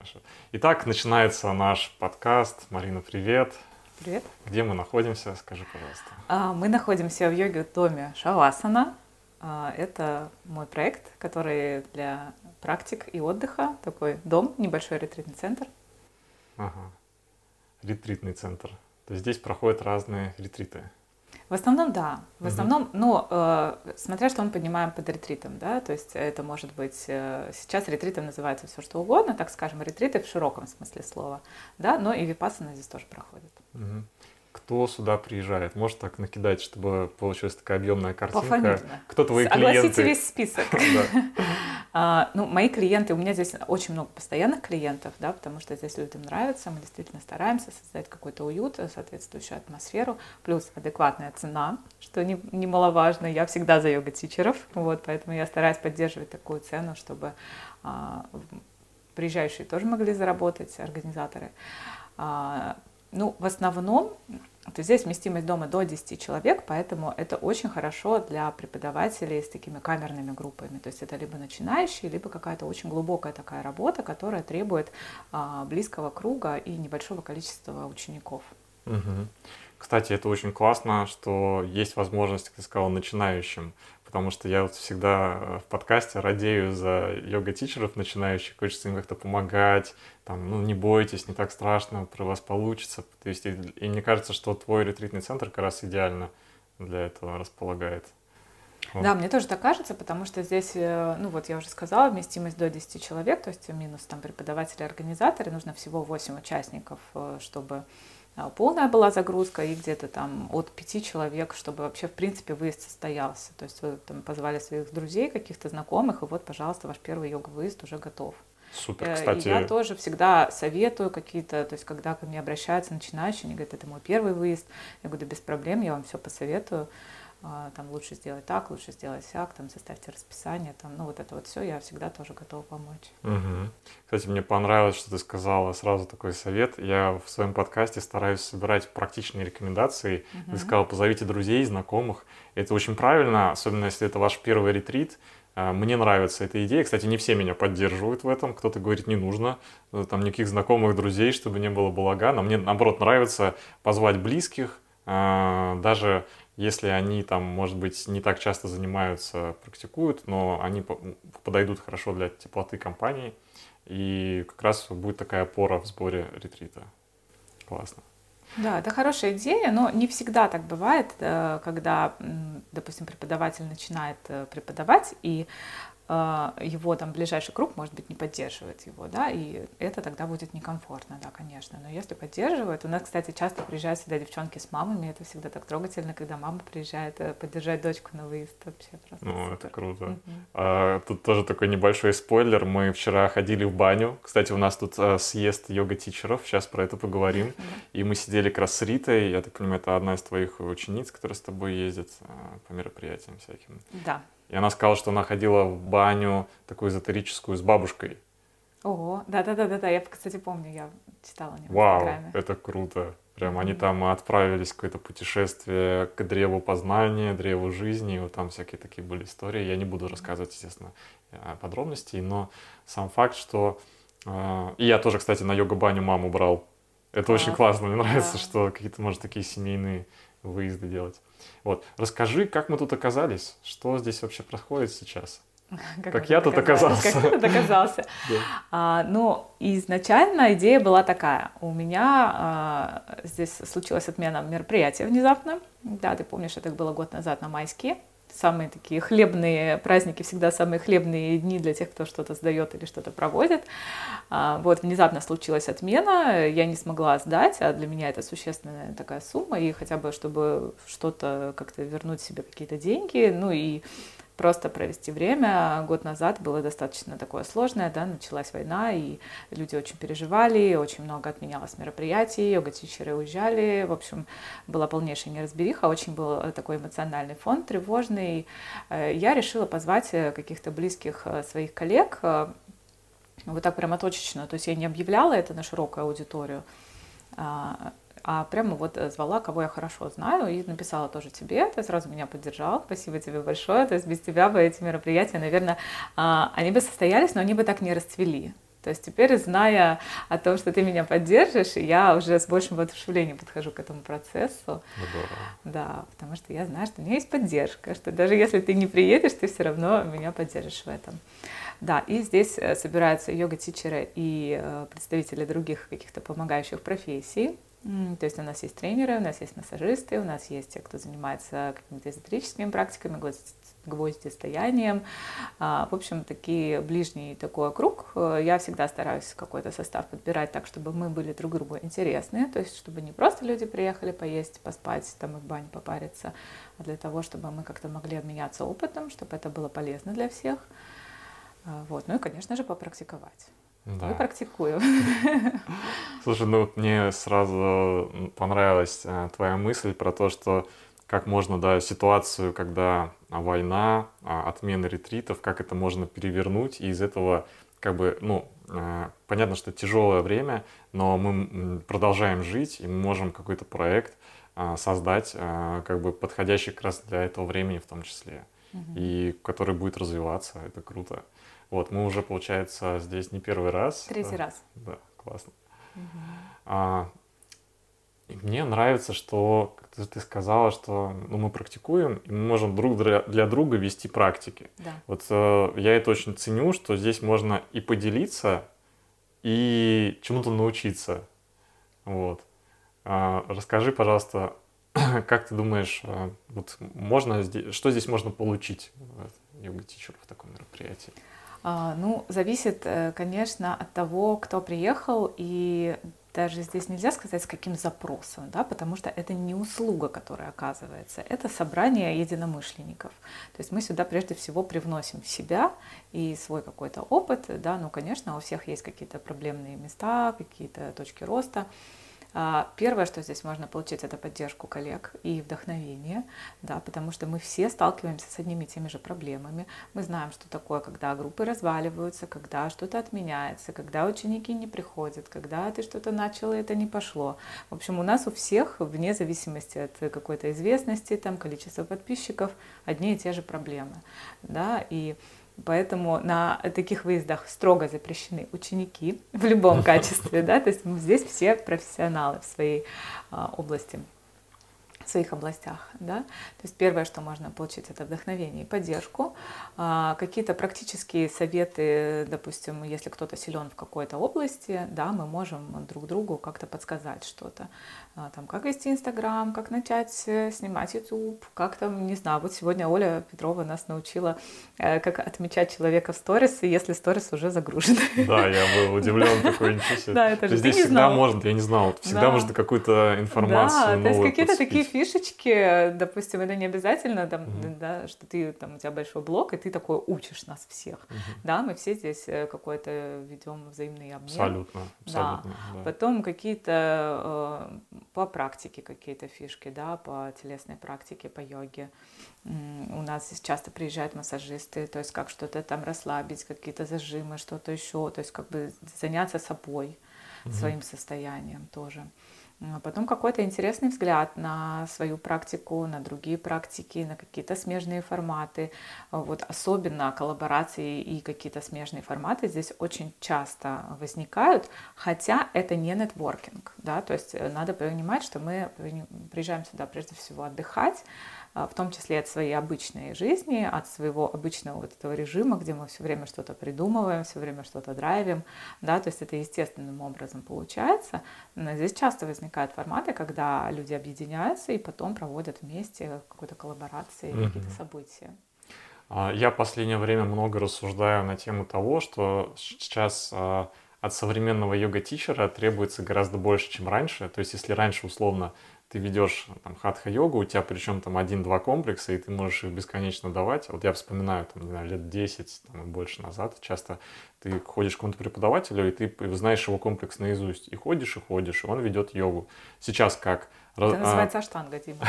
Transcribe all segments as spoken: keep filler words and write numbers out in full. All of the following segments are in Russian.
Хорошо. Итак, начинается наш подкаст. Марина, привет. Привет. Где мы находимся? Скажи, пожалуйста. А, Мы находимся в йога-доме Шавасана. А, Это мой проект, который для практик и отдыха. Такой дом, небольшой ретритный центр. Ага. Ретритный центр. То есть здесь проходят разные ретриты. В основном, да. В основном, но э, смотря что мы понимаем под ретритом, да, то есть это может быть, э, сейчас ретритом называется все что угодно, так скажем, ретриты в широком смысле слова, да, но и випассана здесь тоже проходит. Угу. Кто сюда приезжает? Может так накидать, чтобы получилась такая объемная картинка? Пофамильно. Кто твои Огласите клиенты? весь список. А, ну, мои клиенты, у меня здесь очень много постоянных клиентов, да, потому что здесь людям нравится, мы действительно стараемся создать какой-то уют, соответствующую атмосферу, плюс адекватная цена, что не, немаловажно. Я всегда за йога-тичеров, вот, поэтому я стараюсь поддерживать такую цену, чтобы а, приезжающие тоже могли заработать, организаторы. А, ну, в основном, то здесь вместимость дома до десяти человек, поэтому это очень хорошо для преподавателей с такими камерными группами. То есть это либо начинающие, либо какая-то очень глубокая такая работа, которая требует а, близкого круга и небольшого количества учеников. Угу. Кстати, это очень классно, что есть возможность, как ты сказал, начинающим. Потому что я вот всегда в подкасте радею за йога-тичеров начинающих, хочется им как-то помогать, там, ну, не бойтесь, не так страшно, про вас получится. То есть, и, и мне кажется, что твой ретритный центр как раз идеально для этого располагает. Вот. Да, мне тоже так кажется, потому что здесь, ну вот я уже сказала, вместимость до десяти человек, то есть минус там преподаватели, организаторы, нужно всего восемь участников, чтобы полная была загрузка, и где-то там от пяти человек, чтобы вообще, в принципе, выезд состоялся. То есть вы там позвали своих друзей, каких-то знакомых, и вот, пожалуйста, ваш первый йога-выезд уже готов. Супер, кстати. И я тоже всегда советую какие-то, то есть когда ко мне обращаются начинающие, они говорят, это мой первый выезд, я говорю, да без проблем, я вам все посоветую. Там лучше сделать так, лучше сделать сяк, там составьте расписание, там, ну вот это вот все, я всегда тоже готова помочь. Угу. Кстати, мне понравилось, что ты сказала, сразу такой совет. Я в своем подкасте стараюсь собирать практичные рекомендации. Угу. Ты сказала, позовите друзей, знакомых. Это очень правильно, особенно если это ваш первый ретрит. Мне нравится эта идея. Кстати, не все меня поддерживают в этом. Кто-то говорит, не нужно там никаких знакомых, друзей, чтобы не было балагана. Мне, наоборот, нравится позвать близких, даже если они там, может быть, не так часто занимаются, практикуют, но они подойдут хорошо для теплоты компании, и как раз будет такая опора в сборе ретрита. Классно. Да, это хорошая идея, но не всегда так бывает, когда, допустим, преподаватель начинает преподавать, и его там ближайший круг, может быть, не поддерживает его, да, и это тогда будет некомфортно, да, конечно. Но если поддерживают, у нас, кстати, часто приезжают всегда девчонки с мамами, это всегда так трогательно, когда мама приезжает поддержать дочку на выезд, вообще просто. Ну, супер. это круто. Mm-hmm. А, тут тоже такой небольшой спойлер, мы вчера ходили в баню, кстати, у нас тут а, съезд йога-тичеров, сейчас про это поговорим, mm-hmm. и мы сидели как раз с Ритой, я так понимаю, это одна из твоих учениц, которая с тобой ездит а, по мероприятиям всяким. Да. И она сказала, что она ходила в баню такую эзотерическую с бабушкой. Ого, да-да-да-да, я, кстати, помню, я читала у нее Вау, в Инстаграме. это круто. Прям Mm-hmm. они там отправились в какое-то путешествие к древу познания, древу жизни, и вот там всякие такие были истории. Я не буду рассказывать, естественно, подробностей, но сам факт, что... Э, и я тоже, кстати, на йога-баню маму брал. Это Класс. Очень классно, мне нравится, да. Что какие-то, может, такие семейные выезды делать. Вот. Расскажи, как мы тут оказались, что здесь вообще происходит сейчас? Как, как я тут оказался. Как ты тут оказался. а, ну, изначально идея была такая. У меня а, здесь случилась отмена мероприятия внезапно. Да, ты помнишь, это было год назад на майские. Самые такие хлебные праздники, всегда самые хлебные дни для тех, кто что-то сдает или что-то проводит. А, вот, внезапно случилась отмена, я не смогла сдать, а для меня это существенная такая сумма, и хотя бы, чтобы что-то как-то вернуть себе какие-то деньги, ну и просто провести время. Год назад было достаточно такое сложное, да, началась война, и люди очень переживали, очень много отменялось мероприятий, йога-тичеры уезжали, в общем, была полнейшая неразбериха, очень был такой эмоциональный фон, тревожный. Я решила позвать каких-то близких своих коллег, вот так прямо точечно, то есть я не объявляла это на широкую аудиторию, а прямо вот звала, кого я хорошо знаю, и написала тоже тебе, ты сразу меня поддержал, спасибо тебе большое, то есть без тебя бы эти мероприятия, наверное, они бы состоялись, но они бы так не расцвели. То То есть теперь, зная о том, что ты меня поддержишь, я уже с большим воодушевлением подхожу к этому процессу. Здорово. Да, потому что я знаю, что у меня есть поддержка, что даже если ты не приедешь, ты все равно меня поддержишь в этом. Да, и здесь собираются йога-тичеры и представители других каких-то помогающих профессий. То есть у нас есть тренеры, у нас есть массажисты, у нас есть те, кто занимается какими-то эзотерическими практиками, гвоздистоянием. В общем, такие ближний такой круг. Я всегда стараюсь какой-то состав подбирать так, чтобы мы были друг другу интересны, то есть чтобы не просто люди приехали поесть, поспать, там и в бане попариться, а для того, чтобы мы как-то могли обменяться опытом, чтобы это было полезно для всех. Вот. Ну и, конечно же, попрактиковать. Да. Мы практикуем. Слушай, ну вот мне сразу понравилась а, твоя мысль про то, что как можно, да, ситуацию, когда война, а, отмена ретритов, как это можно перевернуть, и из этого, как бы, ну, а, понятно, что тяжелое время, но мы продолжаем жить, и мы можем какой-то проект а, создать, а, как бы подходящий как раз для этого времени в том числе, угу. и который будет развиваться, это круто. Вот, мы уже, получается, здесь не первый раз. Третий раз. Да, классно. Угу. А, и мне нравится, что, как ты, ты сказала, что ну, мы практикуем, и мы можем друг для, для друга вести практики. Да. Вот э, я это очень ценю, что здесь можно и поделиться, и чему-то научиться. Вот. А, расскажи, пожалуйста, как ты думаешь, вот можно здесь, что здесь можно получить от йога-тичера в таком мероприятии? Ну, зависит, конечно, от того, кто приехал, и даже здесь нельзя сказать, с каким запросом, да, потому что это не услуга, которая оказывается, это собрание единомышленников. То есть мы сюда прежде всего привносим себя и свой какой-то опыт, да, ну, конечно, у всех есть какие-то проблемные места, какие-то точки роста. Первое, что здесь можно получить, это поддержку коллег и вдохновение, да, потому что мы все сталкиваемся с одними и теми же проблемами. Мы знаем, что такое, когда группы разваливаются, когда что-то отменяется, когда ученики не приходят, когда ты что-то начал, и это не пошло. В общем, у нас у всех, вне зависимости от какой-то известности, там, количества подписчиков, одни и те же проблемы. Да, и поэтому на таких выездах строго запрещены ученики в любом качестве, да, то есть здесь все профессионалы в своей а, области, в своих областях, да. То есть первое, что можно получить, это вдохновение и поддержку, а, какие-то практические советы, допустим, если кто-то силен в какой-то области, да, мы можем друг другу как-то подсказать что-то, а, там, как вести Инстаграм, как начать снимать Ютуб, как там, не знаю, вот сегодня Оля Петрова нас научила, э, как отмечать человека в сторис, если сторис уже загружен. Да, я был удивлен, такой ничего себе. Да, это же здесь ты не всегда знал. можно, я не знал, всегда Да. можно какую-то информацию Да, новую то есть какие-то подцепить. такие фишечки, допустим, это не обязательно, там, Мгм. да, что ты, там, у тебя большой блог, и ты такой учишь нас всех. Мгм. Да, мы все здесь э, какой-то ведем взаимный обмен. Абсолютно, абсолютно. Да. Потом какие-то э, по практике какие-то фишки, да, по телесной практике, по йоге. М, У нас здесь часто приезжают массажисты, то есть как что-то там расслабить, какие-то зажимы, что-то еще, то есть как бы заняться собой, Мгм. своим состоянием тоже. А потом какой-то интересный взгляд на свою практику, на другие практики, на какие-то смежные форматы. Вот особенно коллаборации и какие-то смежные форматы здесь очень часто возникают, хотя это не нетворкинг, да, то есть надо понимать, что мы приезжаем сюда прежде всего отдыхать, в том числе от своей обычной жизни, от своего обычного вот этого режима, где мы все время что-то придумываем, все время что-то драйвим, да, то есть это естественным образом получается. Но здесь часто возникают форматы, когда люди объединяются и потом проводят вместе какую-то коллаборацию, Мгм. какие-то события. А, Я в последнее время много рассуждаю на тему того, что сейчас а, от современного йога-тичера требуется гораздо больше, чем раньше. То есть если раньше условно ты ведешь там хатха-йогу, у тебя причем там один-два комплекса, и ты можешь их бесконечно давать. Вот я вспоминаю, там, не знаю, лет десять там, и больше назад, часто ты ходишь к какому-то преподавателю, и ты знаешь его комплекс наизусть, и ходишь, и ходишь, и он ведет йогу. Сейчас как? Это называется аштанга, Дима.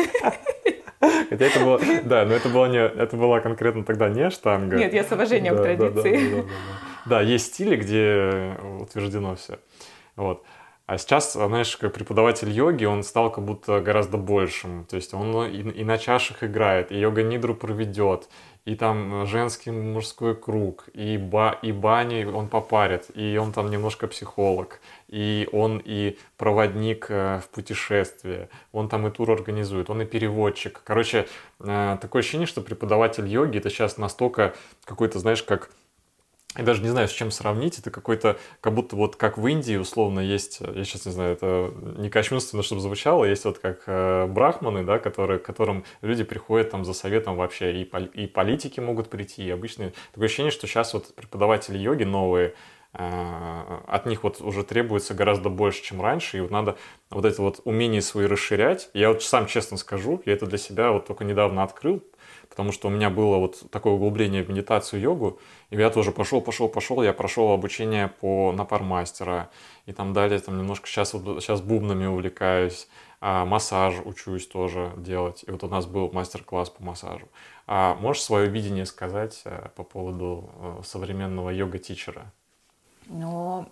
Хотя это было, да, но это была, не, это была конкретно тогда не аштанга. Нет, я с уважением Да, к да, да, традиции. да, да, да, да. Да, есть стили, где утверждено все. Вот. А сейчас, знаешь, как преподаватель йоги, он стал как будто гораздо большим. То есть он и, и на чашах играет, и йога-нидру проведет, и там женский мужской круг, и, ба, и бани он попарит, и он там немножко психолог, и он и проводник в путешествие, он там и тур организует, он и переводчик. Короче, такое ощущение, что преподаватель йоги это сейчас настолько какой-то, знаешь, как... Я даже не знаю, с чем сравнить. Это какой-то, как будто вот как в Индии условно есть, я сейчас не знаю, это не кощунственно, чтобы звучало, есть вот как э, брахманы, да, которые, к которым люди приходят там за советом вообще, и, пол- и политики могут прийти, и обычные. Такое ощущение, что сейчас вот преподаватели йоги новые, э, от них вот уже требуется гораздо больше, чем раньше, и вот надо вот это вот умение свои расширять. Я вот сам честно скажу, я это для себя вот только недавно открыл, потому что у меня было вот такое углубление в медитацию, йогу, и я тоже пошел, пошел, пошел, я прошел обучение по напармастера, и там далее там немножко сейчас, вот, сейчас бубнами увлекаюсь, а, массаж учусь тоже делать, и вот у нас был мастер-класс по массажу. А можешь свое видение сказать а, по поводу а, современного йога-тичера? Но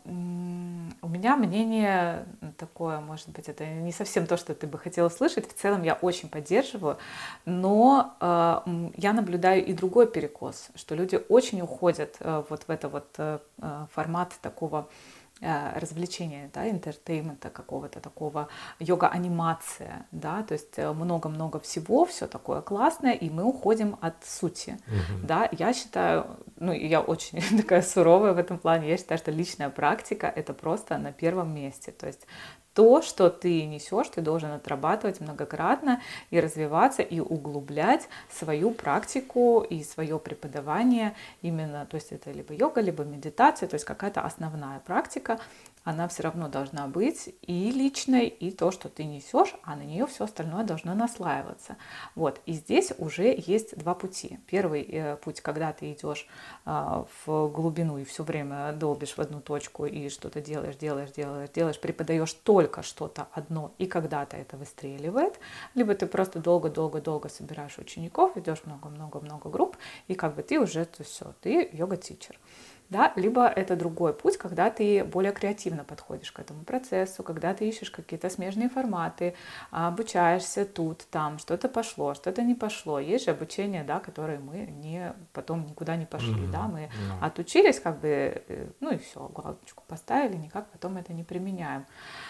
у меня мнение такое, может быть, это не совсем то, что ты бы хотела слышать. В целом я очень поддерживаю, но э, я наблюдаю и другой перекос, что люди очень уходят э, вот в это вот э, формат такого э, развлечения, да, интертеймента какого-то такого, йога-анимация, да, то есть много-много всего, все такое классное, и мы уходим от сути, mm-hmm. да, я считаю, ну, я очень такая суровая в этом плане, я считаю, что личная практика — это просто на первом месте, то есть то, что ты несешь, ты должен отрабатывать многократно и развиваться, и углублять свою практику и свое преподавание именно, то есть это либо йога, либо медитация, то есть какая-то основная практика, она все равно должна быть и личной, и то, что ты несешь, а на нее все остальное должно наслаиваться. Вот. И здесь уже есть два пути. Первый э, путь, когда ты идешь э, в глубину и все время долбишь в одну точку и что-то делаешь, делаешь, делаешь, делаешь, преподаешь только что-то одно, и когда-то это выстреливает. Либо ты просто долго-долго-долго собираешь учеников, идешь много-много-много групп, и как бы ты уже, то все, ты йога-тичер. Да, либо это другой путь, когда ты более креативно подходишь к этому процессу, когда ты ищешь какие-то смежные форматы, обучаешься тут, там, что-то пошло, что-то не пошло. Есть же обучение, да, которое мы не, потом никуда не пошли, mm-hmm. да, мы mm-hmm. отучились, как бы, ну и все, галочку поставили, никак потом это не применяем.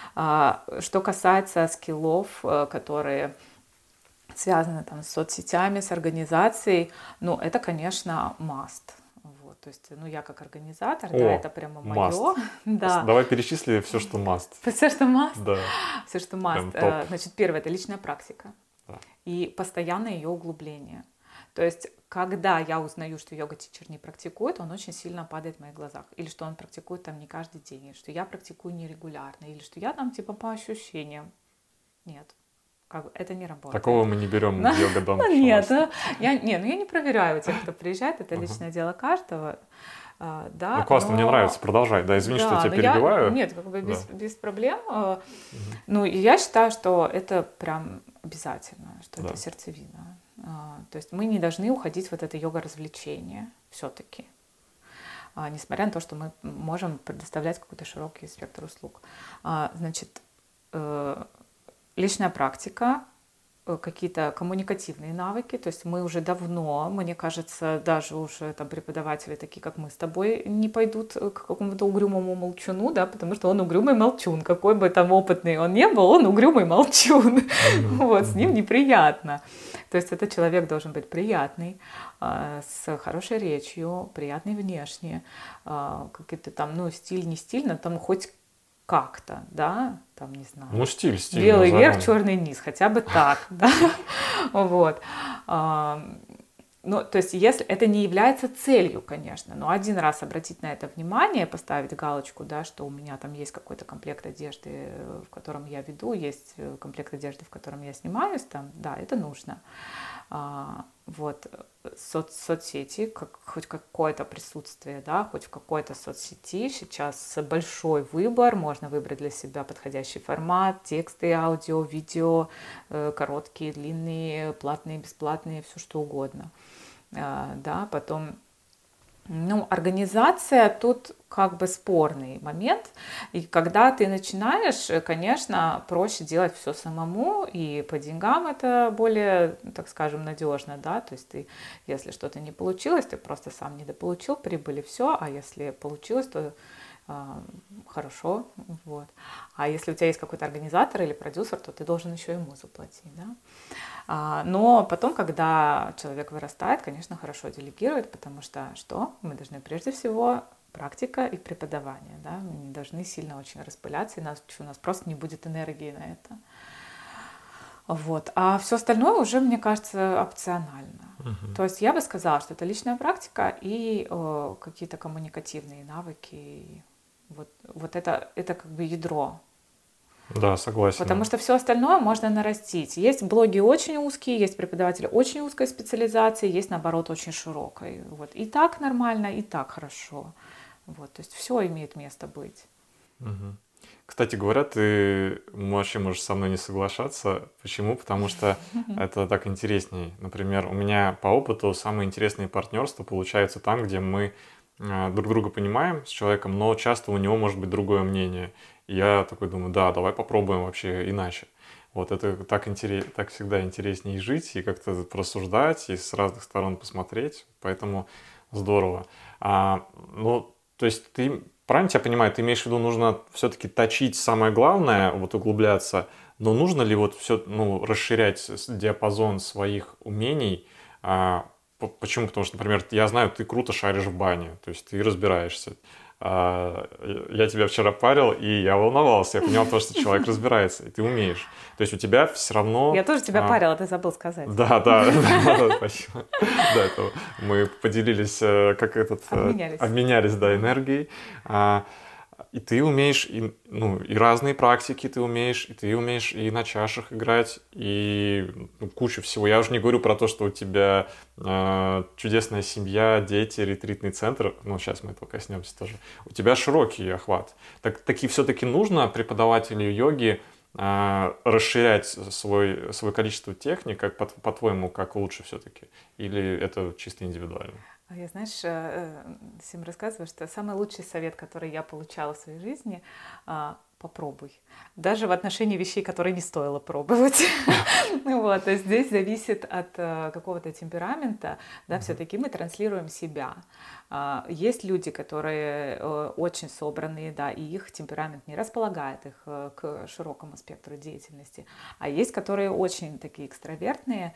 Что касается скиллов, которые связаны там с соцсетями, с организацией, ну, это, конечно, must. То есть, ну, я как организатор, О, да, это прямо мое. Да. Давай перечисли все, что must. Все, что must? Да. Все, что must. Значит, первое, это личная практика. Да. И постоянное ее углубление. То есть, когда я узнаю, что йога-тичер не практикует, он очень сильно падает в моих глазах. Или что он практикует там не каждый день, или что я практикую нерегулярно, или что я там типа по ощущениям. Нет. Как, это не работает. Такого мы не берем в йога-дом. Ну, нет, ну, я, не, ну, я не проверяю тех, кто приезжает, это личное дело каждого. А, да, ну, классно, но... мне нравится, продолжай. Да, извини, да, что я тебя перебиваю. Я... Нет, как бы без, да. без проблем. Угу. Ну, и я считаю, что это прям обязательно, что да. это сердцевина. А, то есть мы не должны уходить в вот это йога-развлечение все-таки. А, несмотря на то, что мы можем предоставлять какой-то широкий спектр услуг. А, значит, э, личная практика, какие-то коммуникативные навыки, то есть мы уже давно, мне кажется, даже уже там преподаватели такие, как мы с тобой, не пойдут к какому-то угрюмому молчуну, да, потому что он угрюмый молчун, какой бы там опытный он ни был, он угрюмый молчун, вот, с ним неприятно. То есть этот человек должен быть приятный, с хорошей речью, приятный внешне, какие-то там, ну, стиль, не стиль, но там хоть как-то, да, там, не знаю. Ну, стиль, стиль. Белый верх, черный низ, хотя бы так, да, вот. Ну, то есть, если это не является целью, конечно, но один раз обратить на это внимание, поставить галочку, да, что у меня там есть какой-то комплект одежды, в котором я веду, есть комплект одежды, в котором я снимаюсь, там, да, это нужно. Вот, Соц, соцсети, как, хоть какое-то присутствие, да, хоть в какой-то соцсети, сейчас большой выбор, можно выбрать для себя подходящий формат, тексты, аудио, видео, короткие, длинные, платные, бесплатные, все что угодно, да, потом Ну, организация тут как бы спорный момент. И когда ты начинаешь, конечно, проще делать все самому, и по деньгам это более, так скажем, надежно, да, то есть ты, если что-то не получилось, ты просто сам недополучил прибыли, все, а если получилось, то э, хорошо, вот. А если у тебя есть какой-то организатор или продюсер, то ты должен еще ему заплатить, да. Но потом, когда человек вырастает, конечно, хорошо делегировать, потому что что? Мы должны прежде всего практика и преподавание, да? Мы не должны сильно очень распыляться, иначе у нас просто не будет энергии на это. Вот. А все остальное уже, мне кажется, опционально. Uh-huh. То есть я бы сказала, что это личная практика и э, какие-то коммуникативные навыки. Вот, вот это, это как бы ядро. Да, согласен. Потому что все остальное можно нарастить. Есть блоги очень узкие, есть преподаватели очень узкой специализации, есть, наоборот, очень широкой. Вот. И так нормально, и так хорошо. Вот. То есть все имеет место быть. Угу. Кстати говоря, ты вообще можешь со мной не соглашаться. Почему? Потому что это так интересней. Например, у меня по опыту самые интересные партнерства получаются там, где мы друг друга понимаем с человеком, но часто у него может быть другое мнение. И я такой думаю, да, давай попробуем вообще иначе. Вот это так, интерес, так всегда интереснее жить, и как-то просуждать, и с разных сторон посмотреть. Поэтому здорово. А, ну, то есть ты, правильно тебя понимаю, ты имеешь в виду, нужно все-таки точить самое главное, вот углубляться, но нужно ли вот все, ну, расширять диапазон своих умений? А, почему? Потому что, например, я знаю, ты круто шаришь в бане, то есть ты разбираешься. Я тебя вчера парил, и я волновался. Я понял то, что человек разбирается, и ты умеешь. То есть у тебя все равно... Я тоже тебя а... парила, ты забыл сказать. Да, да, спасибо. Да, это мы поделились, как этот... Обменялись. Обменялись, да, энергией. И ты умеешь, и, ну, и разные практики ты умеешь, и ты умеешь и на чашах играть, и ну, кучу всего. Я уже не говорю про то, что у тебя э, чудесная семья, дети, ретритный центр. Ну, сейчас мы этого коснемся тоже. У тебя широкий охват. Так, таки все-таки нужно преподавателю йоги э, расширять свой, свое количество техник, как по, по-твоему, как лучше все-таки? Или это чисто индивидуально? Я, знаешь, всем рассказываю, что самый лучший совет, который я получала в своей жизни, попробуй. Даже в отношении вещей, которые не стоило пробовать. Вот, то есть здесь зависит от какого-то темперамента, да, все-таки мы транслируем себя. Есть люди, которые очень собранные, да, и их темперамент не располагает их к широкому спектру деятельности. А есть, которые очень такие экстравертные,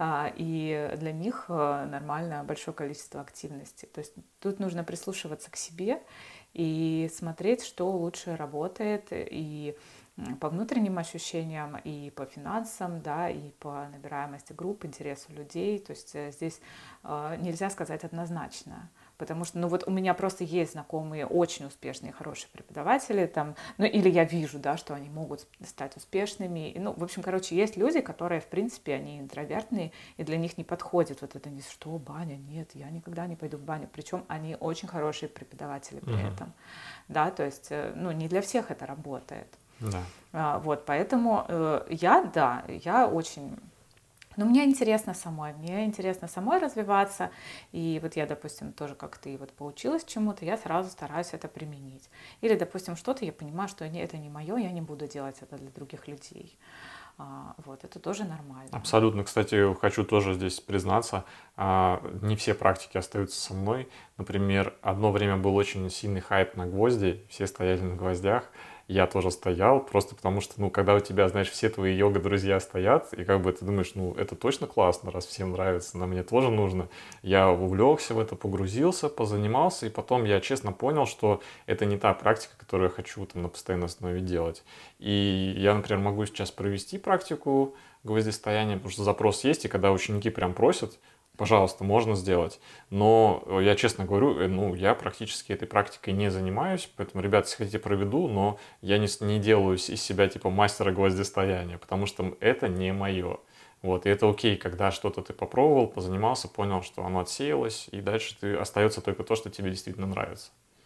и для них нормально большое количество активности. То есть тут нужно прислушиваться к себе и смотреть, что лучше работает, и по внутренним ощущениям, и по финансам, да, и по набираемости групп, интересу людей. То есть здесь нельзя сказать однозначно. Потому что, ну вот у меня просто есть знакомые очень успешные, хорошие преподаватели, там, ну или я вижу, да, что они могут стать успешными. Ну, в общем, короче, есть люди, которые, в принципе, они интровертные, и для них не подходит вот это не что, баня, нет, я никогда не пойду в баню. Причем они очень хорошие преподаватели при uh-huh. этом, да, то есть, ну, не для всех это работает. Да. А, вот, поэтому э, я, да, я очень... Но мне интересно самой, мне интересно самой развиваться, и вот я, допустим, тоже как ты вот поучилась чему-то, я сразу стараюсь это применить. Или, допустим, что-то я понимаю, что это не мое, я не буду делать это для других людей. Вот, это тоже нормально. Абсолютно. Кстати, хочу тоже здесь признаться, не все практики остаются со мной. Например, одно время был очень сильный хайп на гвозди, все стояли на гвоздях. Я тоже стоял, просто потому что, ну, когда у тебя, знаешь, все твои йога-друзья стоят, и как бы ты думаешь, ну, это точно классно, раз всем нравится, на мне тоже нужно. Я увлекся в это, погрузился, позанимался, и потом я честно понял, что это не та практика, которую я хочу там на постоянной основе делать. И я, например, могу сейчас провести практику гвоздистояния, потому что запрос есть, и когда ученики прям просят, пожалуйста, можно сделать. Но я честно говорю, ну, я практически этой практикой не занимаюсь, поэтому, ребята, если хотите, проведу, но я не, не делаю из себя типа мастера гвоздистояния, потому что это не мое. Вот, и это окей, когда что-то ты попробовал, позанимался, понял, что оно отсеялось, и дальше ты, остается только то, что тебе действительно нравится.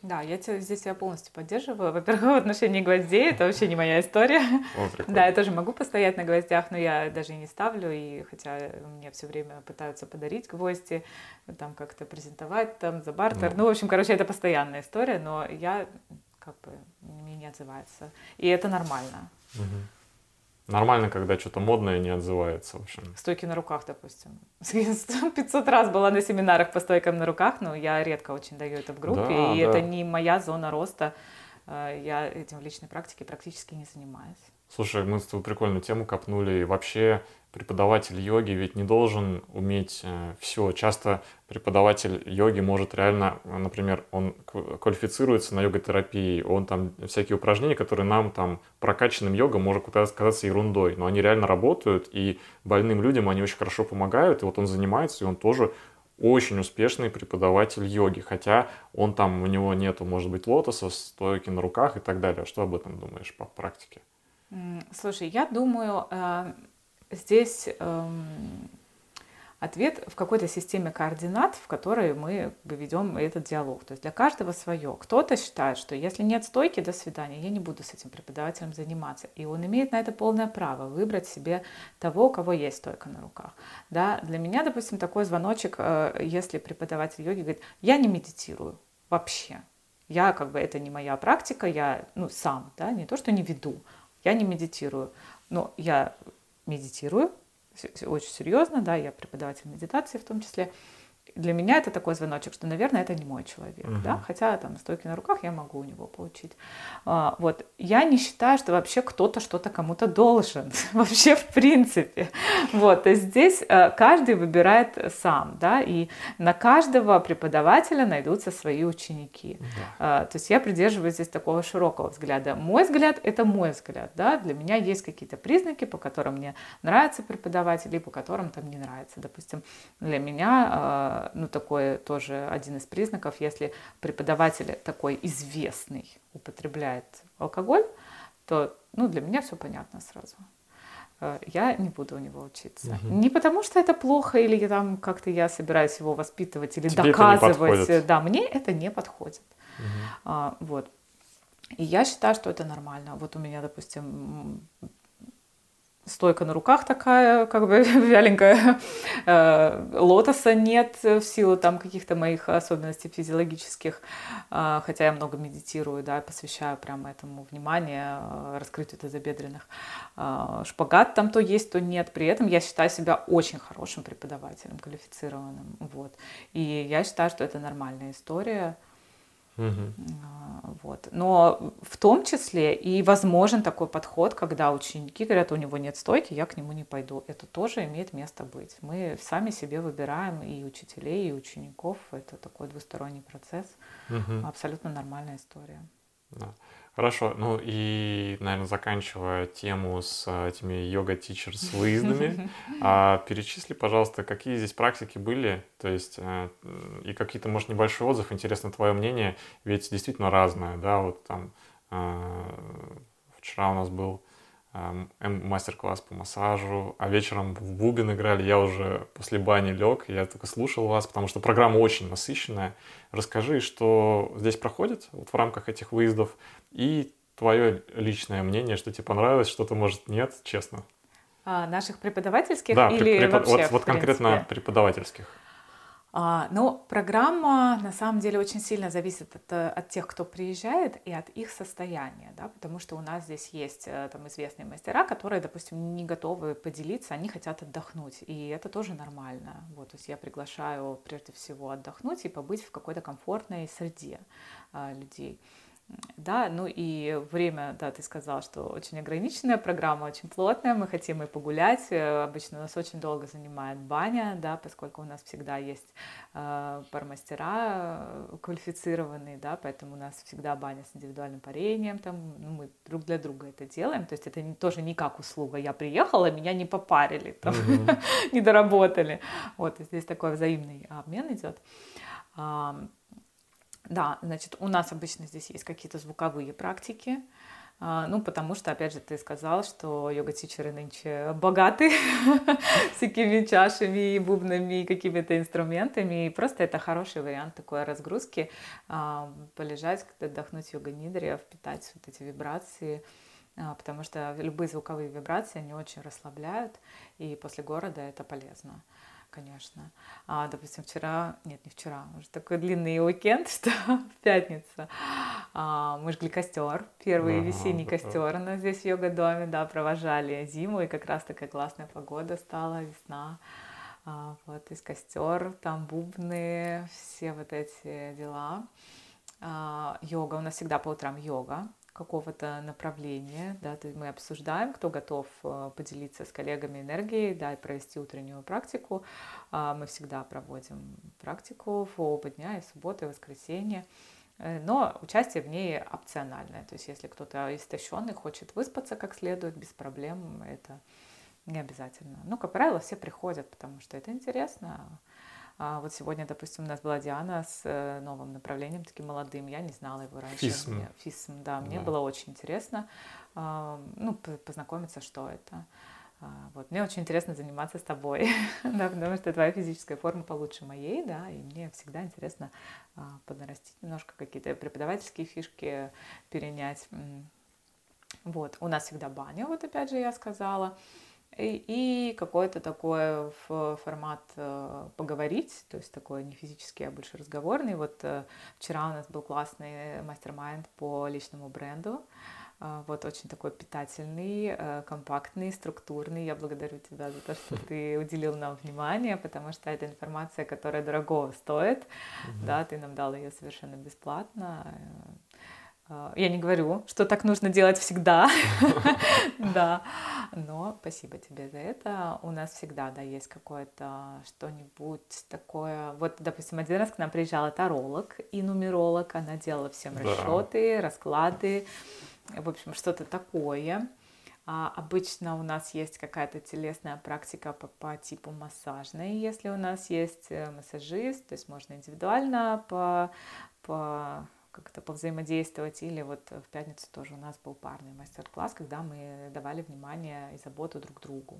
Да, я тебя, здесь я полностью поддерживаю. Во-первых, в отношении гвоздей это вообще не моя история. О, да, я тоже могу постоять на гвоздях, но я даже и не ставлю, и хотя мне все время пытаются подарить гвозди, там как-то презентовать там за бартер. Ну, ну в общем, короче, это постоянная история, но я как бы мне не отзывается. И это нормально. Угу. Нормально, когда что-то модное не отзывается, в общем. Стойки на руках, допустим. пятьсот раз была на семинарах по стойкам на руках, но я редко очень даю это в группе, да, и да. это не моя зона роста. Я этим в личной практике практически не занимаюсь. Слушай, мы с тобой прикольную тему копнули. И вообще преподаватель йоги ведь не должен уметь э, все. Часто преподаватель йоги может реально, например, он квалифицируется на йога-терапии, он там всякие упражнения, которые нам там прокачанным йогом может казаться ерундой, но они реально работают, и больным людям они очень хорошо помогают, и вот он занимается, и он тоже очень успешный преподаватель йоги, хотя он там, у него нету, может быть, лотоса, стойки на руках и так далее. Что об этом думаешь по практике? Слушай, я думаю, здесь ответ в какой-то системе координат, в которой мы ведем этот диалог. То есть для каждого свое. Кто-то считает, что если нет стойки, до свидания, я не буду с этим преподавателем заниматься. И он имеет на это полное право выбрать себе того, у кого есть стойка на руках. Да? Для меня, допустим, такой звоночек, если преподаватель йоги говорит, я не медитирую вообще. Я как бы, это не моя практика, я ну, сам, да, не то, что не веду. Я не медитирую, но я медитирую, очень серьезно, да, я преподаватель медитации в том числе. Для меня это такой звоночек, что, наверное, это не мой человек, uh-huh. да, хотя там стойки на руках я могу у него получить. А, вот, я не считаю, что вообще кто-то что-то кому-то должен, вообще в принципе. Вот, то есть здесь а, каждый выбирает сам, да, и на каждого преподавателя найдутся свои ученики. Uh-huh. А, то есть я придерживаюсь здесь такого широкого взгляда. Мой взгляд — это мой взгляд, да, для меня есть какие-то признаки, по которым мне нравится преподаватель, и по которым там не нравится. Допустим, для меня а, ну, такой тоже один из признаков, если преподаватель такой известный употребляет алкоголь, то, ну, для меня все понятно сразу. Я не буду у него учиться. Угу. Не потому, что это плохо, или я там как-то я собираюсь его воспитывать или Тебе доказывать. Да, мне это не подходит. Угу. А, вот. И я считаю, что это нормально. Вот у меня, допустим, стойка на руках такая, как бы вяленькая, лотоса нет в силу там каких-то моих особенностей физиологических, хотя я много медитирую, да, посвящаю прямо этому внимание, раскрытию тазобедренных. Шпагат там то есть, то нет, при этом я считаю себя очень хорошим преподавателем, квалифицированным, вот. И я считаю, что это нормальная история. Угу. Вот. Но в том числе и возможен такой подход, когда ученики говорят, у него нет стойки, я к нему не пойду. Это тоже имеет место быть. Мы сами себе выбираем и учителей, и учеников. Это такой двусторонний процесс. Угу. Абсолютно нормальная история. Да. Хорошо, ну и, наверное, заканчивая тему с этими йога-тичерс выездами, перечисли, пожалуйста, какие здесь практики были, то есть и какие-то, может, небольшой отзыв, интересно твое мнение, ведь действительно разное, да, вот там вчера у нас был мастер-класс по массажу, а вечером в бубен играли, я уже после бани лег, я только слушал вас, потому что программа очень насыщенная. Расскажи, что здесь проходит вот в рамках этих выездов, и твое личное мнение, что тебе понравилось, что-то, может, нет, честно. А, наших преподавательских да, или препод... вообще, вот, вот конкретно преподавательских. А, но программа на самом деле очень сильно зависит от, от тех, кто приезжает, и от их состояния, да, потому что у нас здесь есть там известные мастера, которые, допустим, не готовы поделиться, они хотят отдохнуть, и это тоже нормально. Вот, то есть я приглашаю прежде всего отдохнуть и побыть в какой-то комфортной среде а, людей. Да, ну и время, да, ты сказал, что очень ограниченная программа, очень плотная, мы хотим и погулять, обычно нас очень долго занимает баня, да, поскольку у нас всегда есть э, пармастера квалифицированные, да, поэтому у нас всегда баня с индивидуальным парением, там, ну, мы друг для друга это делаем, то есть это не, тоже не как услуга, я приехала, меня не попарили, там, mm-hmm. не доработали, вот, здесь такой взаимный обмен идет. Да, значит, у нас обычно здесь есть какие-то звуковые практики, А, Ну, потому что, опять же, ты сказал, что йога-тичеры нынче богаты всякими чашами, бубнами и какими-то инструментами. И просто это хороший вариант такой разгрузки. а, Полежать, отдохнуть в йога-нидре, впитать вот эти вибрации. а, Потому что любые звуковые вибрации, они очень расслабляют. И после города это полезно. Конечно. А, допустим, вчера, нет, не вчера, уже такой длинный уикенд, что в пятницу а, мы жгли костер, первый Ага, весенний здорово. костер у нас здесь в йога-доме, да, провожали зиму, и как раз такая классная погода стала, весна. А, вот, то есть костер, там бубны, все вот эти дела. А, йога, у нас всегда по утрам йога какого-то направления, да, то есть мы обсуждаем, кто готов э, поделиться с коллегами энергией, да, и провести утреннюю практику. А, Мы всегда проводим практику в оба дня, и в субботу, и в воскресенье. Э, Но участие в ней опциональное. То есть если кто-то истощенный, хочет выспаться как следует, без проблем, это не обязательно. Ну, как правило, все приходят, потому что это интересно. А Вот сегодня, допустим, у нас была Диана с э, новым направлением, таким молодым. Я не знала его раньше. Фисм. Мне, фисм, да, мне Да. было очень интересно, а, ну, п- познакомиться, что это. А, Вот, мне очень интересно заниматься с тобой, да, потому что твоя физическая форма получше моей, да, и мне всегда интересно а, поднарастить немножко какие-то преподавательские фишки, перенять. М. Вот, у нас всегда баня, вот опять же я сказала. И, и какой-то такой ф- формат э, поговорить, то есть такой не физический, а больше разговорный. Вот э, вчера у нас был классный мастер-майнд по личному бренду. Э, вот очень такой питательный, э, компактный, структурный. Я благодарю тебя за то, что ты уделил нам внимание, потому что это информация, которая дорого стоит. Мгм. Да, ты нам дал ее совершенно бесплатно. Э, Я не говорю, что так нужно делать всегда, да, но спасибо тебе за это. У нас всегда, да, есть какое-то что-нибудь такое. Вот, допустим, один раз к нам приезжала таролог и нумеролог, она делала всем Да. расчеты, расклады, в общем, что-то такое. А обычно у нас есть какая-то телесная практика по, по типу массажной, если у нас есть э, массажист, то есть можно индивидуально по, по как-то повзаимодействовать. Или вот в пятницу тоже у нас был парный мастер-класс, когда мы давали внимание и заботу друг другу.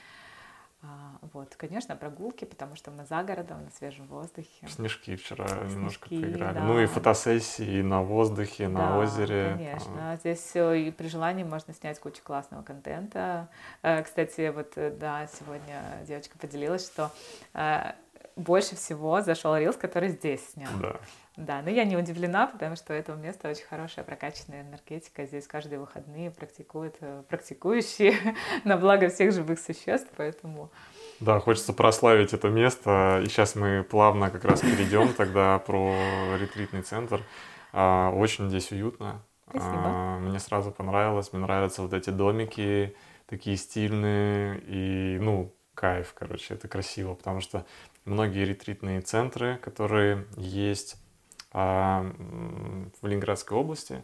А, Вот, конечно, прогулки, потому что мы за городом, на свежем воздухе. В снежки вчера немножко Снежки, поиграли. Ну и да. фотосессии на воздухе, на Да, озере. А, конечно. Здесь все, и при желании можно снять кучу классного контента. Э, Кстати, вот, э, да, сегодня девочка поделилась, что э, больше всего зашел рилс, который здесь снят. Да. Да, но я не удивлена, потому что у этого места очень хорошая прокачанная энергетика. Здесь каждые выходные практикуют э, практикующие на благо всех живых существ, поэтому Да, хочется прославить это место. И сейчас мы плавно как раз перейдем тогда про ретритный центр. А, Очень здесь уютно. спасибо. А, Мне сразу понравилось. Мне нравятся вот эти домики, такие стильные. И, ну, кайф, короче, это красиво. Потому что многие ретритные центры, которые есть а, м, в Ленинградской области,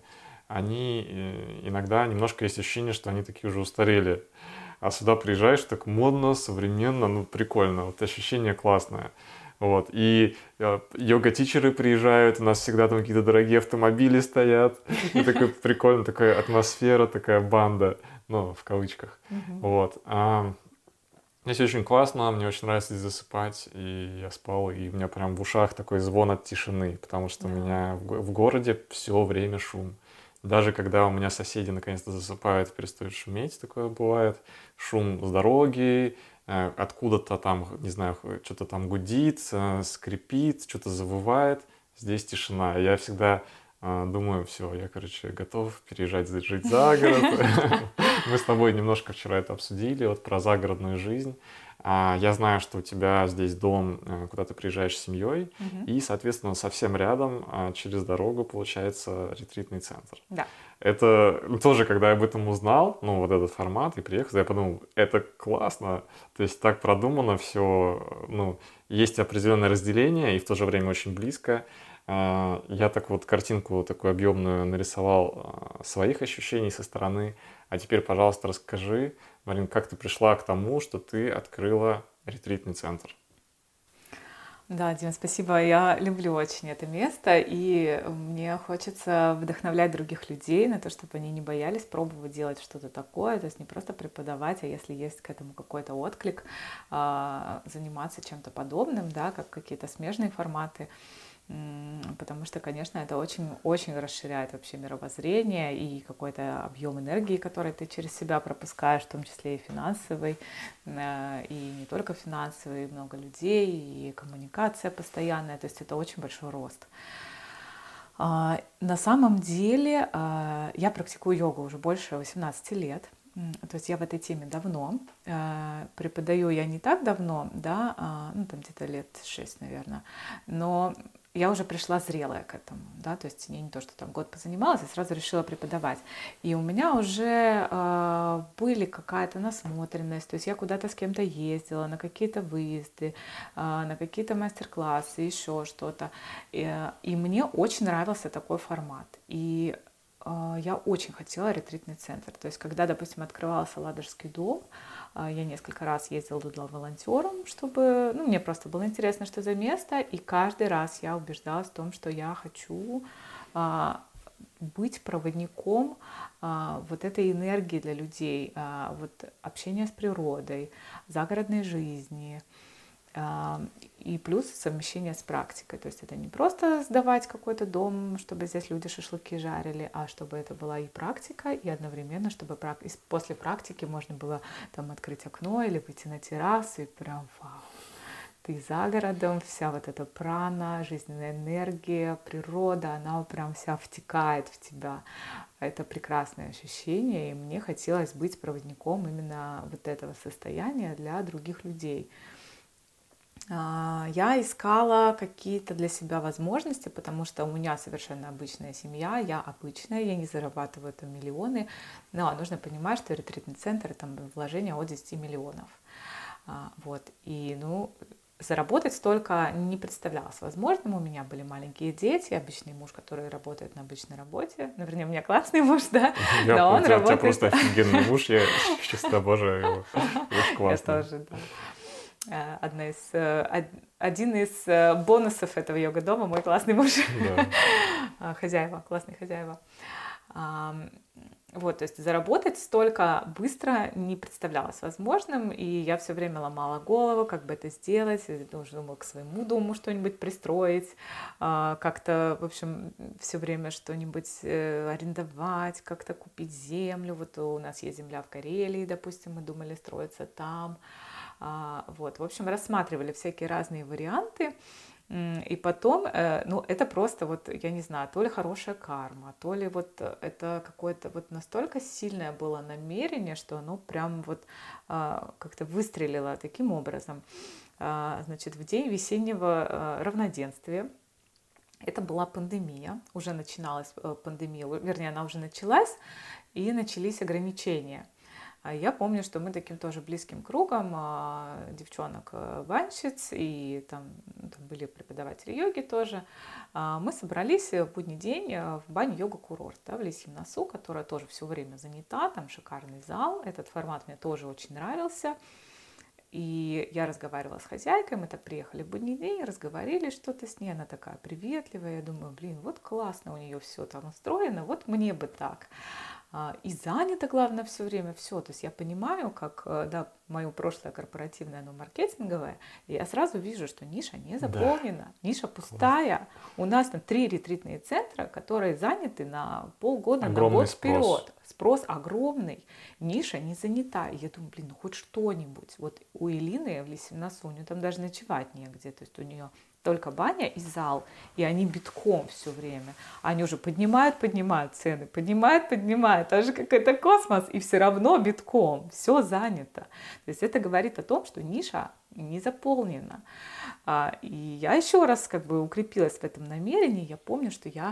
они э, иногда немножко есть ощущение, что они такие уже устарели. А сюда приезжаешь, так модно, современно, ну прикольно, вот ощущение классное. Вот. И э, йога-тичеры приезжают, у нас всегда там какие-то дорогие автомобили стоят. И такой прикольно, такая атмосфера, такая банда, ну, в кавычках. Мгм. Вот. А, здесь очень классно, мне очень нравится здесь засыпать, и я спал, и у меня прям в ушах такой звон от тишины, потому что у Да. меня в, го- в городе все время шум. Даже когда у меня соседи наконец-то засыпают, перестают шуметь, такое бывает, шум с дороги, э, откуда-то там, не знаю, что-то там гудит, э, скрипит, что-то завывает, здесь тишина. Я всегда э, думаю, все, я, короче, готов переезжать жить за город. Мы с тобой немножко вчера это обсудили, вот про загородную жизнь. А, Я знаю, что у тебя здесь дом, э, куда ты приезжаешь с семьей, Мгм. и, соответственно, совсем рядом, а, через дорогу, получается, ретритный центр. Да. Это тоже, когда я об этом узнал, ну, вот этот формат, и приехал, я подумал, это классно, то есть так продумано все, ну, есть определенное разделение, и в то же время очень близко. А, Я так вот картинку такую объемную нарисовал а, своих ощущений со стороны. А теперь, пожалуйста, расскажи, Марин, как ты пришла к тому, что ты открыла ретритный центр? Да, Дим, спасибо. Я люблю очень это место, и мне хочется вдохновлять других людей на то, чтобы они не боялись пробовать делать что-то такое, то есть не просто преподавать, а если есть к этому какой-то отклик, а, заниматься чем-то подобным, да, как какие-то смежные форматы. Потому что, конечно, это очень-очень расширяет вообще мировоззрение и какой-то объем энергии, который ты через себя пропускаешь, в том числе и финансовый, и не только финансовый, много людей, и коммуникация постоянная, то есть это очень большой рост. На самом деле я практикую йогу уже больше восемнадцати лет. То есть я в этой теме давно, преподаю я не так давно, да, ну там где-то лет шесть, наверное, но я уже пришла зрелая к этому, да, то есть я не то, что там год позанималась, я сразу решила преподавать. И у меня уже э, были какая-то насмотренность, то есть я куда-то с кем-то ездила, на какие-то выезды, э, на какие-то мастер-классы, еще что-то. И, и мне очень нравился такой формат. И э, я очень хотела ретритный центр. То есть когда, допустим, открывался Ладожский дом, я несколько раз ездила туда волонтером, чтобы, ну, мне просто было интересно, что за место, и каждый раз я убеждалась в том, что я хочу а, быть проводником а, вот этой энергии для людей, а, вот общения с природой, загородной жизни, а, и плюс совмещение с практикой. То есть это не просто сдавать какой-то дом, чтобы здесь люди шашлыки жарили, а чтобы это была и практика, и одновременно, чтобы после практики можно было там открыть окно или выйти на террасу и прям вау. Ты за городом, вся вот эта прана, жизненная энергия, природа, она прям вся втекает в тебя. Это прекрасное ощущение, и мне хотелось быть проводником именно вот этого состояния для других людей. Я искала какие-то для себя возможности, потому что у меня совершенно обычная семья, я обычная, я не зарабатываю там миллионы, но нужно понимать, что ретритный центр, там вложение от десяти миллионов. Вот, и, ну, заработать столько не представлялось возможным. У меня были маленькие дети, обычный муж, который работает на обычной работе. Ну, вернее, у меня классный муж, да, я но он у работает... тебя просто офигенный муж, я честно обожаю его. Очень классно. Я тоже, да. Одна из, один из бонусов этого йога-дома — мой классный муж. Да. Хозяева, классные хозяева. Вот, то есть заработать столько быстро не представлялось возможным, и я все время ломала голову, как бы это сделать, уже думала к своему дому что-нибудь пристроить, как-то, в общем, все время что-нибудь арендовать, как-то купить землю. Вот у нас есть земля в Карелии, допустим, мы думали строиться там. Вот, в общем, рассматривали всякие разные варианты. И потом, ну, это просто вот, я не знаю, то ли хорошая карма, то ли вот это какое-то вот настолько сильное было намерение, что оно прям вот как-то выстрелило таким образом. Значит, в день весеннего равноденствия, это была пандемия, уже начиналась пандемия, вернее, она уже началась, и начались ограничения. Я помню, что мы таким тоже близким кругом девчонок-банщиц, и там, там были преподаватели йоги тоже, мы собрались в будний день в баню йога-курорт, да, в Лисьем Носу, которая тоже все время занята, там шикарный зал, этот формат мне тоже очень нравился. И я разговаривала с хозяйкой, мы так приехали в будний день, разговаривали что-то с ней, она такая приветливая, я думаю, блин, вот классно у нее все там устроено, вот мне бы так. И занято, главное, все время все. То есть я понимаю, как, да, мое прошлое корпоративное, оно маркетинговое, и я сразу вижу, что ниша не заполнена, да. Ниша пустая. Класс. У нас там три ретритные центра, которые заняты на полгода, огромный на год вперед. Спрос. Спрос огромный, ниша не занята. И я думаю, блин, ну хоть что-нибудь. Вот у Элины в Лисьем Носу, у нее там даже ночевать негде, то есть у нее только баня и зал, и они битком все время. Они уже поднимают, поднимают цены, поднимают, поднимают, даже какой-то космос, и все равно битком, все занято. То есть это говорит о том, что ниша не заполнена. И я еще раз как бы укрепилась в этом намерении. Я помню, что я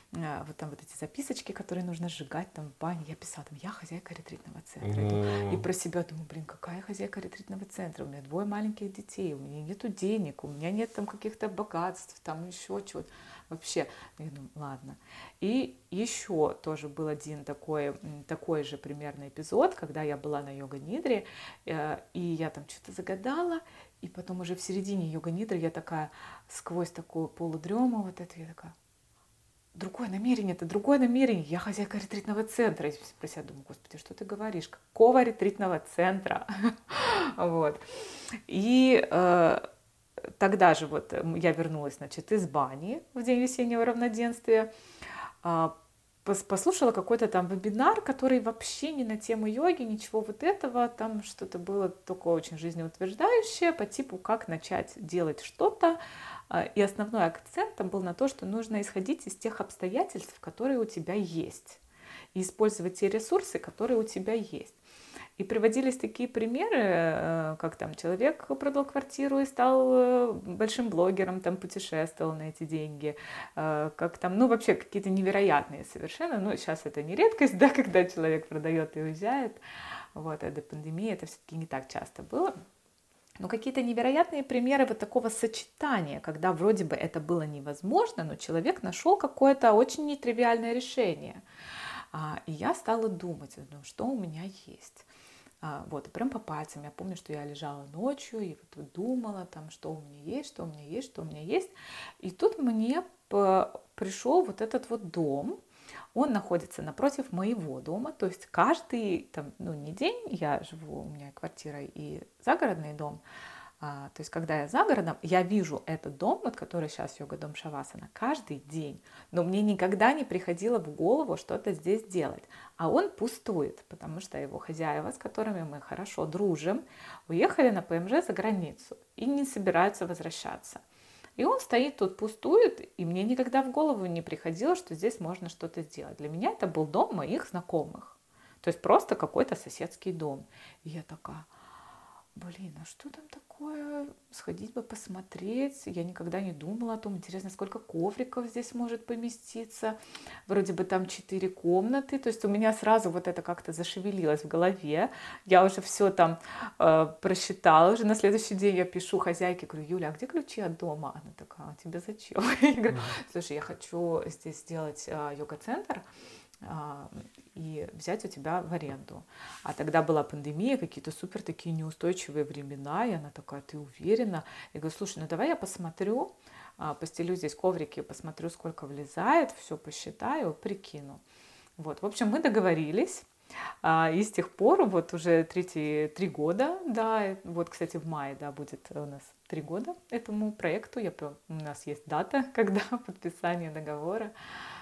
вот там вот эти записочки, которые нужно сжигать там в бане. Я писала там, я хозяйка ретритного центра. Mm. И про себя думаю, блин, какая хозяйка ретритного центра? У меня двое маленьких детей, у меня нету денег, у меня нет там каких-то богатств, там еще чего-то. Вообще, я думаю, ладно. И еще тоже был один такой, такой же примерно эпизод, когда я была на йога-нидре, и я там что-то загадала, и потом уже в середине йога-нидры я такая, сквозь такую полудрему вот это, я такая, другое намерение, это другое намерение, я хозяйка ретритного центра. И про себя думаю, господи, что ты говоришь, какого ретритного центра? Вот. И э, тогда же вот я вернулась, значит, из бани в день весеннего равноденствия, э, послушала какой-то там вебинар, который вообще не на тему йоги, ничего вот этого, там что-то было такое очень жизнеутверждающее по типу, как начать делать что-то. И основной акцент там был на то, что нужно исходить из тех обстоятельств, которые у тебя есть, и использовать те ресурсы, которые у тебя есть. И приводились такие примеры, как там человек продал квартиру и стал большим блогером, там путешествовал на эти деньги, как там, ну вообще какие-то невероятные совершенно, ну сейчас это не редкость, да, когда человек продает и уезжает, вот, а до пандемии это все-таки не так часто было. Но какие-то невероятные примеры вот такого сочетания, когда вроде бы это было невозможно, но человек нашел какое-то очень нетривиальное решение. И я стала думать, ну, что у меня есть. Вот, и прям по пальцам. Я помню, что я лежала ночью и вот думала, там, что у меня есть, что у меня есть, что у меня есть. И тут мне пришел вот этот вот дом. Он находится напротив моего дома, то есть каждый, там, ну не день, я живу, у меня квартира и загородный дом, а, то есть когда я за городом, я вижу этот дом, вот который сейчас йога-дом Шавасана, каждый день, но мне никогда не приходило в голову что-то здесь делать, а он пустует, потому что его хозяева, с которыми мы хорошо дружим, уехали на ПМЖ за границу и не собираются возвращаться. И он стоит тут, пустует, и мне никогда в голову не приходило, что здесь можно что-то сделать. Для меня это был дом моих знакомых. То есть просто какой-то соседский дом. И я такая, блин, а что там такое? Сходить бы посмотреть. Я никогда не думала о том, интересно, сколько ковриков здесь может поместиться. Вроде бы там четыре комнаты. То есть у меня сразу вот это как-то зашевелилось в голове. Я уже все там э, просчитала. Уже на следующий день я пишу хозяйке, говорю, Юля, а где ключи от дома? Она такая, а тебе зачем? Я говорю, слушай, я хочу здесь сделать э, йога-центр и взять у тебя в аренду. А тогда была пандемия, какие-то супер такие неустойчивые времена, и она такая, ты уверена? Я говорю, слушай, ну давай я посмотрю, постелю здесь коврики, посмотрю, сколько влезает, все посчитаю, прикину. Вот, в общем, мы договорились, и с тех пор вот уже третьи три года, да, вот, кстати, в мае, да, будет у нас три года этому проекту, я, у нас есть дата, когда подписание договора.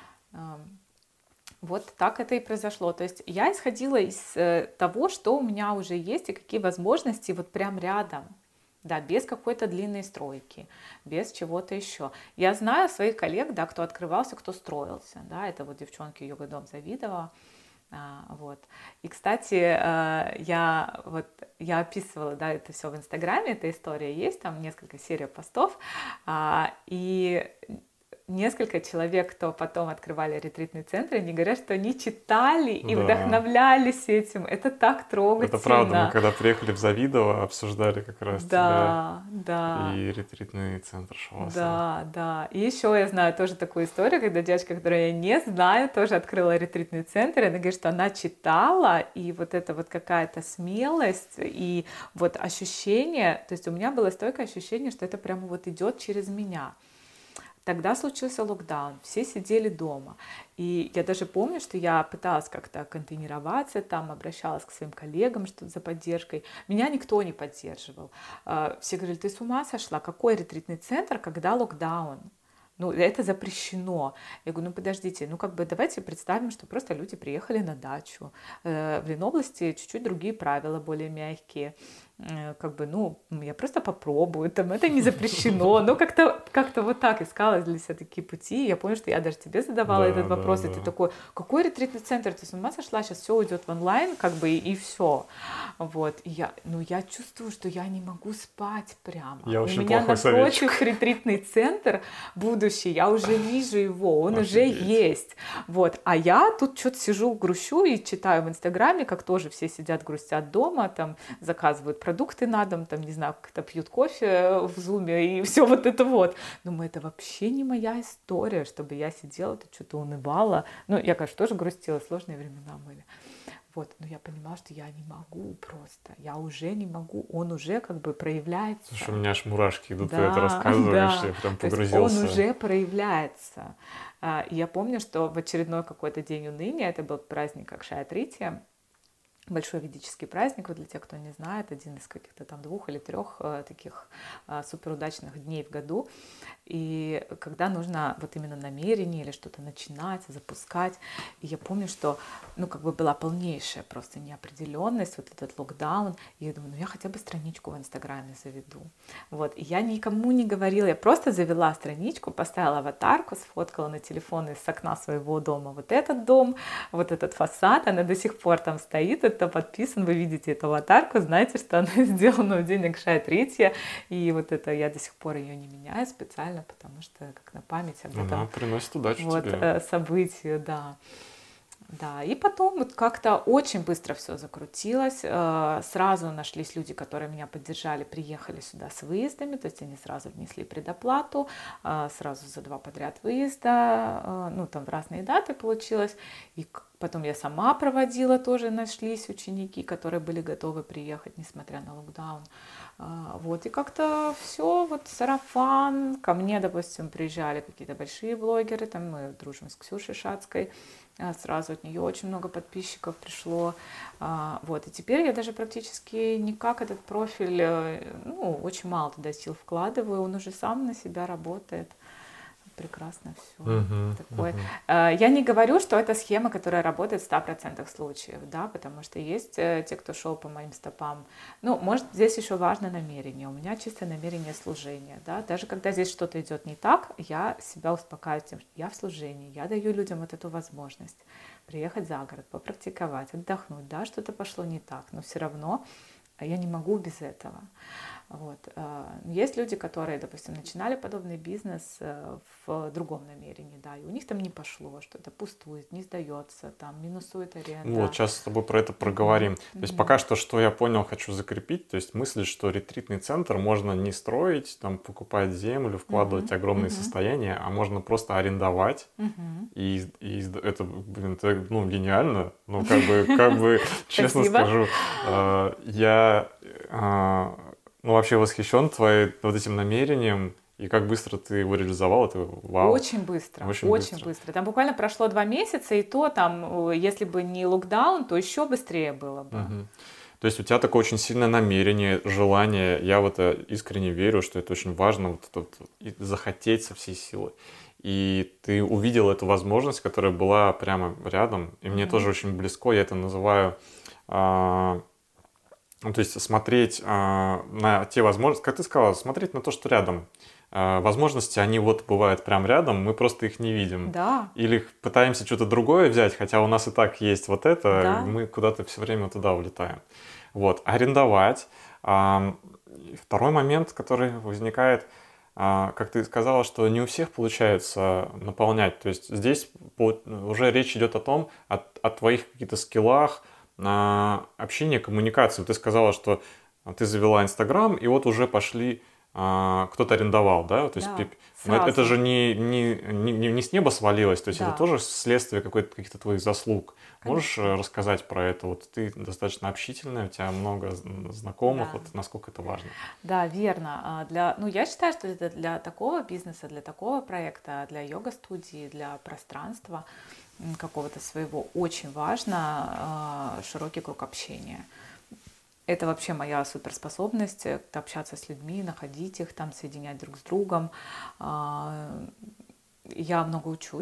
Вот так это и произошло. То есть я исходила из э, того, что у меня уже есть и какие возможности вот прям рядом. Да, без какой-то длинной стройки, без чего-то еще. Я знаю своих коллег, да, кто открывался, кто строился. Да, это вот девчонки йога-дом Завидова. А, вот. И, кстати, э, я, вот, я описывала, да, это все в Инстаграме, эта история есть, там несколько серий постов. А, и несколько человек, кто потом открывали ретритные центры, они говорят, что они читали и да. вдохновлялись этим. Это так трогательно. Это правда. Мы когда приехали в Завидово, обсуждали как раз да, тебя да. и ретритный центр Шавасана. Да, да. И еще я знаю тоже такую историю, когда девочка, которую я не знаю, тоже открыла ретритный центр, и она говорит, что она читала, и вот это вот какая-то смелость и вот ощущение, то есть у меня было стойкое ощущение, что это прямо вот идет через меня. Тогда случился локдаун, все сидели дома. И я даже помню, что я пыталась как-то контейнироваться, там обращалась к своим коллегам что-то за поддержкой. Меня никто не поддерживал. Все говорили, ты с ума сошла? Какой ретритный центр, когда локдаун? Ну, это запрещено. Я говорю, ну, подождите, ну, как бы давайте представим, что просто люди приехали на дачу. В Ленобласти чуть-чуть другие правила, более мягкие. как бы, ну, я просто попробую, там, это не запрещено, но как-то как вот так искала для себя такие пути. Я помню, что я даже тебе задавала Да, этот да, вопрос, и да. ты такой, какой ретритный центр, ты с ума сошла, сейчас все уйдет в онлайн, как бы, и, и все. Вот, и я, ну, я чувствую, что я не могу спать прямо. Я У очень меня плохой напротив советчик. ретритный центр будущий, я уже вижу его, он Офигеть. уже есть. Вот, а я тут что-то сижу, грущу и читаю в Инстаграме, как тоже все сидят, грустят дома, там, заказывают продукты на дом, там, не знаю, как-то пьют кофе в зуме и все вот это вот. Думаю, это вообще не моя история, чтобы я сидела, тут что-то унывала. Ну, я, конечно, тоже грустила, сложные времена были. Вот, но я понимала, что я не могу просто, я уже не могу, он уже как бы проявляется. Слушай, у меня аж мурашки идут, да, ты это рассказываешь, да. я прям То есть погрузился. он уже проявляется. И я помню, что в очередной какой-то день уныния, это был праздник Акшая Тритья, большой ведический праздник, вот для тех, кто не знает, один из каких-то там двух или трех э, таких э, суперудачных дней в году. И когда нужно вот именно намерение или что-то начинать, запускать. И я помню, что ну как бы была полнейшая просто неопределенность, вот этот локдаун. И я думаю, ну я хотя бы страничку в Инстаграме заведу. Вот. И я никому не говорила, я просто завела страничку, поставила аватарку, сфоткала на телефон из окна своего дома вот этот дом, вот этот фасад, она до сих пор там стоит, это подписан, вы видите эту аватарку, знаете, что она сделана в день Акшая Тритья, и вот это я до сих пор ее не меняю специально, потому что как на память об этом. Она приносит удачу вот, тебе. Событию, да. Да, и потом вот как-то очень быстро все закрутилось, сразу нашлись люди, которые меня поддержали, приехали сюда с выездами, то есть они сразу внесли предоплату, сразу за два подряд выезда, ну там в разные даты получилось, и потом я сама проводила, тоже нашлись ученики, которые были готовы приехать, несмотря на локдаун. Вот, и как-то все, вот сарафан, ко мне, допустим, приезжали какие-то большие блогеры, там мы дружим с Ксюшей Шацкой, сразу от нее очень много подписчиков пришло, вот, и теперь я даже практически никак этот профиль, ну, очень мало туда сил вкладываю, он уже сам на себя работает. Прекрасно все. Uh-huh, такое. uh-huh. Я не говорю, что это схема, которая работает в ста процентах случаев, да, потому что есть те, кто шел по моим стопам. Ну, может, здесь еще важно намерение. У меня чистое намерение служения, да. Даже когда здесь что-то идет не так, я себя успокаиваю тем, что я в служении, я даю людям вот эту возможность приехать за город, попрактиковать, отдохнуть, да, что-то пошло не так, но все равно я не могу без этого. Вот. Есть люди, которые, допустим, начинали подобный бизнес в другом намерении, да, и у них там не пошло, что-то пустует, не сдается, там минусует аренда. Вот, сейчас с тобой про это проговорим. Mm-hmm. То есть mm-hmm. пока что, что я понял, хочу закрепить, то есть мысль, что ретритный центр можно не строить, там, покупать землю, вкладывать mm-hmm. огромные mm-hmm. состояния, а можно просто арендовать, mm-hmm. и, и это, блин, это, ну, гениально, ну, как бы, как бы, честно скажу, я... Ну, вообще восхищен твоим вот этим намерением, и как быстро ты его реализовал, это вау. Очень быстро, очень, очень быстро. быстро. Там буквально прошло два месяца, и то там, если бы не локдаун, то еще быстрее было бы. Угу. То есть у тебя такое очень сильное намерение, желание, я в это искренне верю, что это очень важно, вот это вот, захотеть со всей силы. И ты увидел эту возможность, которая была прямо рядом, и мне mm-hmm. тоже очень близко, я это называю... А- Ну, то есть смотреть а, на те возможности, как ты сказала, смотреть на то, что рядом. А, возможности, они вот бывают прям рядом, мы просто их не видим. Да. Или пытаемся что-то другое взять, хотя у нас и так есть вот это, да. мы куда-то все время туда улетаем. Вот, арендовать. А, второй момент, который возникает, а, как ты сказала, что не у всех получается наполнять. То есть здесь уже речь идет о том, о, о твоих каких-то скиллах, на общение, коммуникацию. Ты сказала, что ты завела Инстаграм, и вот уже пошли, а, кто-то арендовал, да? То есть да, это же не, не, не, не с неба свалилось, то есть да. это тоже следствие какой-то, каких-то твоих заслуг. Конечно. Можешь рассказать про это? Вот ты достаточно общительная, у тебя много знакомых, да. вот насколько это важно? Да, верно. Для, ну, я считаю, что это для такого бизнеса, для такого проекта, для йога-студии, для пространства какого-то своего очень важно э, широкий круг общения. Это вообще моя суперспособность общаться с людьми, находить их, там, соединять друг с другом. Э, я много учусь,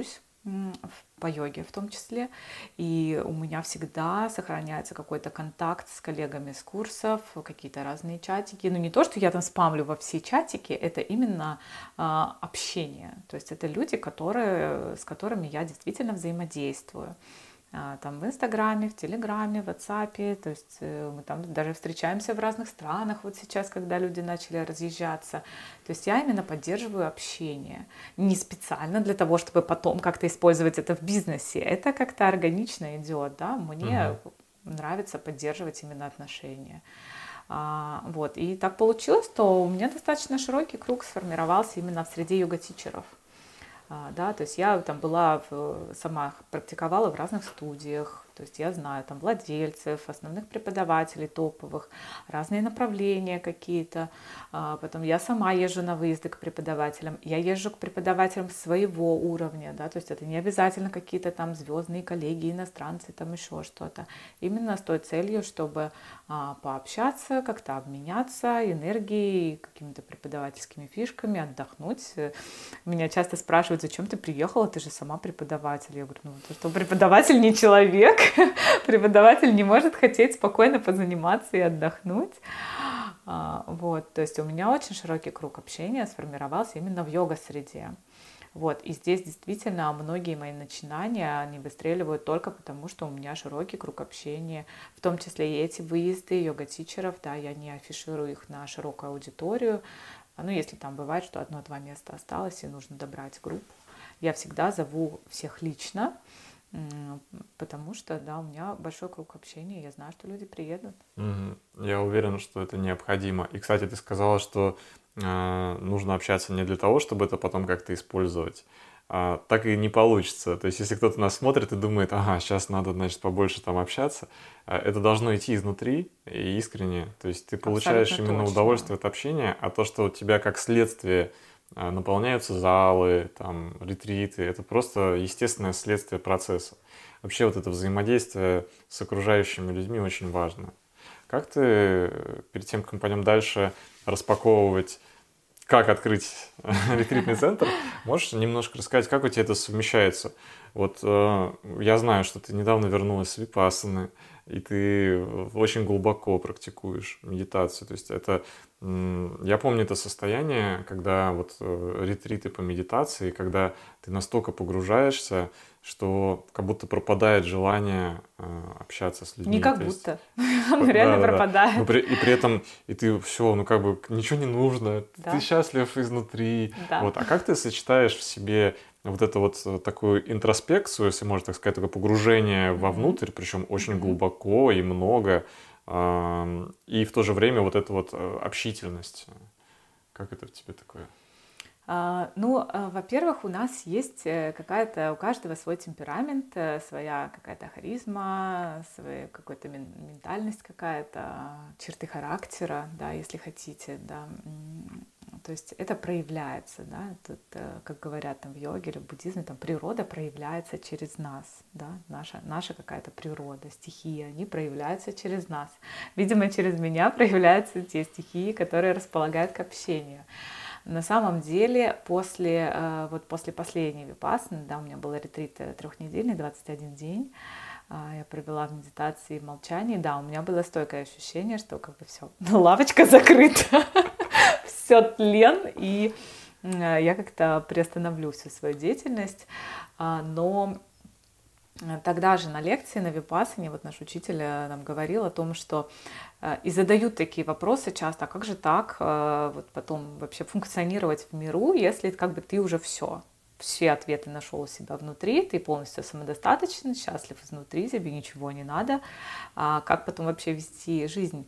по йоге в том числе. И у меня всегда сохраняется какой-то контакт с коллегами с курсов, какие-то разные чатики. Ну не то, что я там спамлю во все чатики, это именно а, общение. То есть это люди, которые, с которыми я действительно взаимодействую. Там в Инстаграме, в Телеграме, в WhatsApp, то есть мы там даже встречаемся в разных странах, вот сейчас, когда люди начали разъезжаться. То есть я именно поддерживаю общение. Не специально для того, чтобы потом как-то использовать это в бизнесе. Это как-то органично идет, да, мне угу. нравится поддерживать именно отношения. А, вот, и так получилось, что у меня достаточно широкий круг сформировался именно в среде йога-тичеров. Да, то есть я там была, сама практиковала в разных студиях, то есть я знаю там владельцев, основных преподавателей топовых, разные направления какие-то. Потом я сама езжу на выезды к преподавателям, я езжу к преподавателям своего уровня, да, то есть это не обязательно какие-то там звездные коллеги, иностранцы, там еще что-то. Именно с той целью, чтобы пообщаться, как-то обменяться энергией, какими-то преподавательскими фишками, отдохнуть. Меня часто спрашивают, зачем ты приехала, ты же сама преподаватель. Я говорю, ну то, что преподаватель не человек, преподаватель не может хотеть спокойно позаниматься и отдохнуть. Вот, то есть у меня очень широкий круг общения сформировался именно в йога-среде. Вот, и здесь действительно многие мои начинания, они выстреливают только потому, что у меня широкий круг общения, в том числе и эти выезды йога-тичеров, да, я не афиширую их на широкую аудиторию. Ну, если там бывает, что одно-два места осталось и нужно добрать группу, я всегда зову всех лично, потому что, да, у меня большой круг общения, я знаю, что люди приедут. Mm-hmm. Я уверен, что это необходимо. И, кстати, ты сказала, что э, нужно общаться не для того, чтобы это потом как-то использовать. А, так и не получится. То есть, если кто-то нас смотрит и думает, ага, сейчас надо, значит, побольше там общаться, это должно идти изнутри и искренне. То есть ты получаешь Абсолютно именно точно. Удовольствие от общения, а то, что у тебя как следствие наполняются залы, там, ретриты, это просто естественное следствие процесса. Вообще вот это взаимодействие с окружающими людьми очень важно. Как ты, перед тем, как мы пойдем дальше распаковывать, как открыть ретритный центр, можешь немножко рассказать, как у тебя это совмещается? Вот э, я знаю, что ты недавно вернулась с випассаны, и ты очень глубоко практикуешь медитацию. То есть это, я помню это состояние, когда вот ретриты по медитации, когда ты настолько погружаешься, что как будто пропадает желание общаться с людьми. Не как будто, оно реально пропадает. И при этом, и ты все, ну как бы ничего не нужно, ты счастлив изнутри. Вот. А как ты сочетаешь в себе вот это вот такую интроспекцию, если можно так сказать, такое погружение mm-hmm. вовнутрь, причем очень mm-hmm. глубоко и много, э, и в то же время вот эта вот общительность. Как это в тебе такое? А, ну, во-первых, у нас есть какая-то, у каждого свой темперамент, своя какая-то харизма, своя какая-то ментальность какая-то, черты характера, да, если хотите, да. То есть это проявляется, да, тут, как говорят там в йоге или в буддизме, там природа проявляется через нас, да, наша, наша какая-то природа, стихии, они проявляются через нас. Видимо, через меня проявляются те стихии, которые располагают к общению. На самом деле, после, вот после последней випассаны, да, у меня был ретрит трехнедельный, двадцать один день, я провела в медитации и в молчании, да, у меня было стойкое ощущение, что как бы все, лавочка закрыта, все тлен, и я как-то приостановлю всю свою деятельность, но тогда же на лекции, на випассане, вот наш учитель нам говорил о том, что и задают такие вопросы часто, а как же так вот потом вообще функционировать в миру, если как бы ты уже все, все ответы нашел у себя внутри, ты полностью самодостаточен, счастлив изнутри, тебе ничего не надо, а как потом вообще вести жизнь?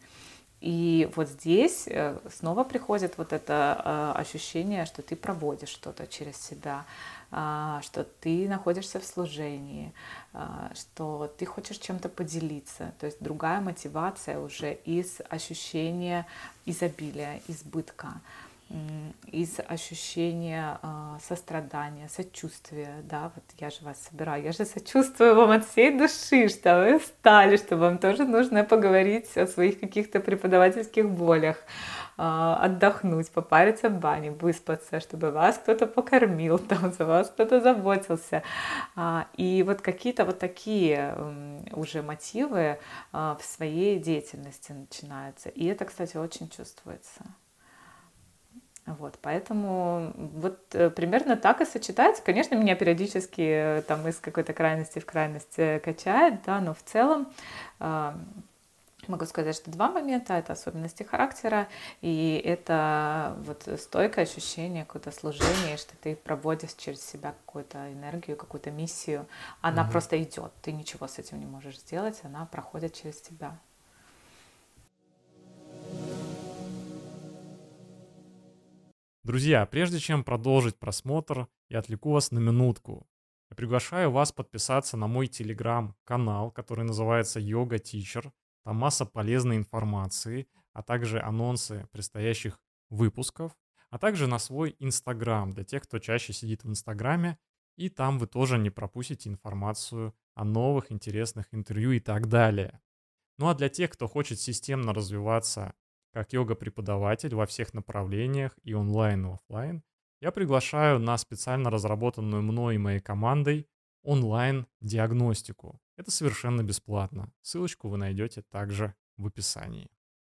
И вот здесь снова приходит вот это ощущение, что ты проводишь что-то через себя, что ты находишься в служении, что ты хочешь чем-то поделиться. То есть другая мотивация уже из ощущения изобилия, избытка. из ощущения э, сострадания, сочувствия, да, вот я же вас собираю, я же сочувствую вам от всей души, что вы устали, что вам тоже нужно поговорить о своих каких-то преподавательских болях, э, отдохнуть, попариться в бане, выспаться, чтобы вас кто-то покормил, там, за вас кто-то заботился. А, и вот какие-то вот такие э, уже мотивы э, в своей деятельности начинаются. И это, кстати, очень чувствуется. Вот, поэтому вот э, примерно так и сочетается. Конечно, меня периодически э, там из какой-то крайности в крайность э, качает, да, но в целом э, могу сказать, что два момента — это особенности характера, и это вот стойкое ощущение какое-то служения, что ты проводишь через себя какую-то энергию, какую-то миссию. Она Мгм. просто идет, ты ничего с этим не можешь сделать, она проходит через тебя. Друзья, прежде чем продолжить просмотр, я отвлеку вас на минутку. Я приглашаю вас подписаться на мой телеграм-канал, который называется Yoga Teacher. Там масса полезной информации, а также анонсы предстоящих выпусков, а также на свой инстаграм для тех, кто чаще сидит в инстаграме. И там вы тоже не пропустите информацию о новых интересных интервью и так далее. Ну а для тех, кто хочет системно развиваться как йога-преподаватель во всех направлениях и онлайн, и оффлайн, я приглашаю на специально разработанную мной и моей командой онлайн-диагностику. Это совершенно бесплатно. Ссылочку вы найдете также в описании.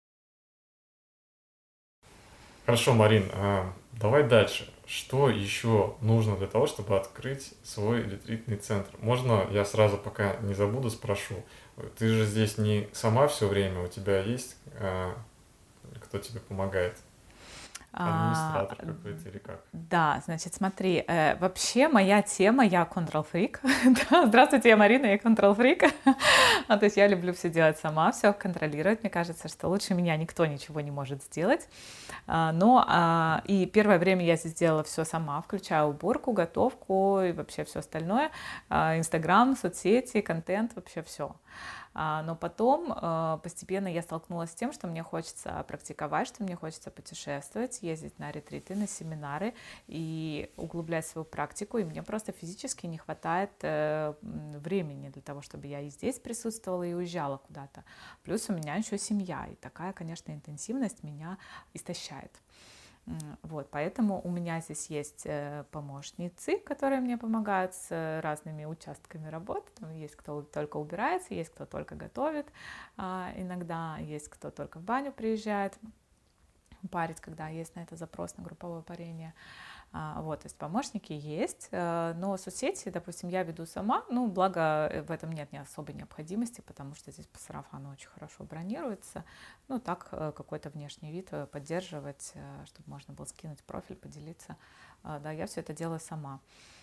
Хорошо, Марин, а, давай дальше. Что еще нужно для того, чтобы открыть свой ретритный центр? Можно я сразу, пока не забуду, спрошу? Ты же здесь не сама все время, у тебя есть а, кто тебе помогает? А, Администратор какой-то или как? да, значит, смотри, э, вообще моя тема, я control-freak. Да, здравствуйте, я Марина, я control-freak. А, то есть я люблю все делать сама, все контролировать. Мне кажется, что лучше меня никто ничего не может сделать. А, но а, и первое время я здесь делала все сама, включая уборку, готовку и вообще все остальное. А, Инстаграм, соцсети, контент, вообще все. Но потом э, постепенно я столкнулась с тем, что мне хочется практиковать, что мне хочется путешествовать, ездить на ретриты, на семинары и углублять свою практику. И мне просто физически не хватает э, времени для того, чтобы я и здесь присутствовала, и уезжала куда-то. Плюс у меня еще семья, и такая, конечно, интенсивность меня истощает. Вот, поэтому у меня здесь есть помощницы, которые мне помогают с разными участками работы. Там есть кто только убирается, есть кто только готовит, иногда есть кто только в баню приезжает парить, когда есть на это запрос на групповое парение. Вот, то есть помощники есть, но соцсети, допустим, я веду сама, ну, благо в этом нет ни особой необходимости, потому что здесь по сарафану очень хорошо бронируется, ну, так какой-то внешний вид поддерживать, чтобы можно было скинуть профиль, поделиться, да, я все это делаю сама.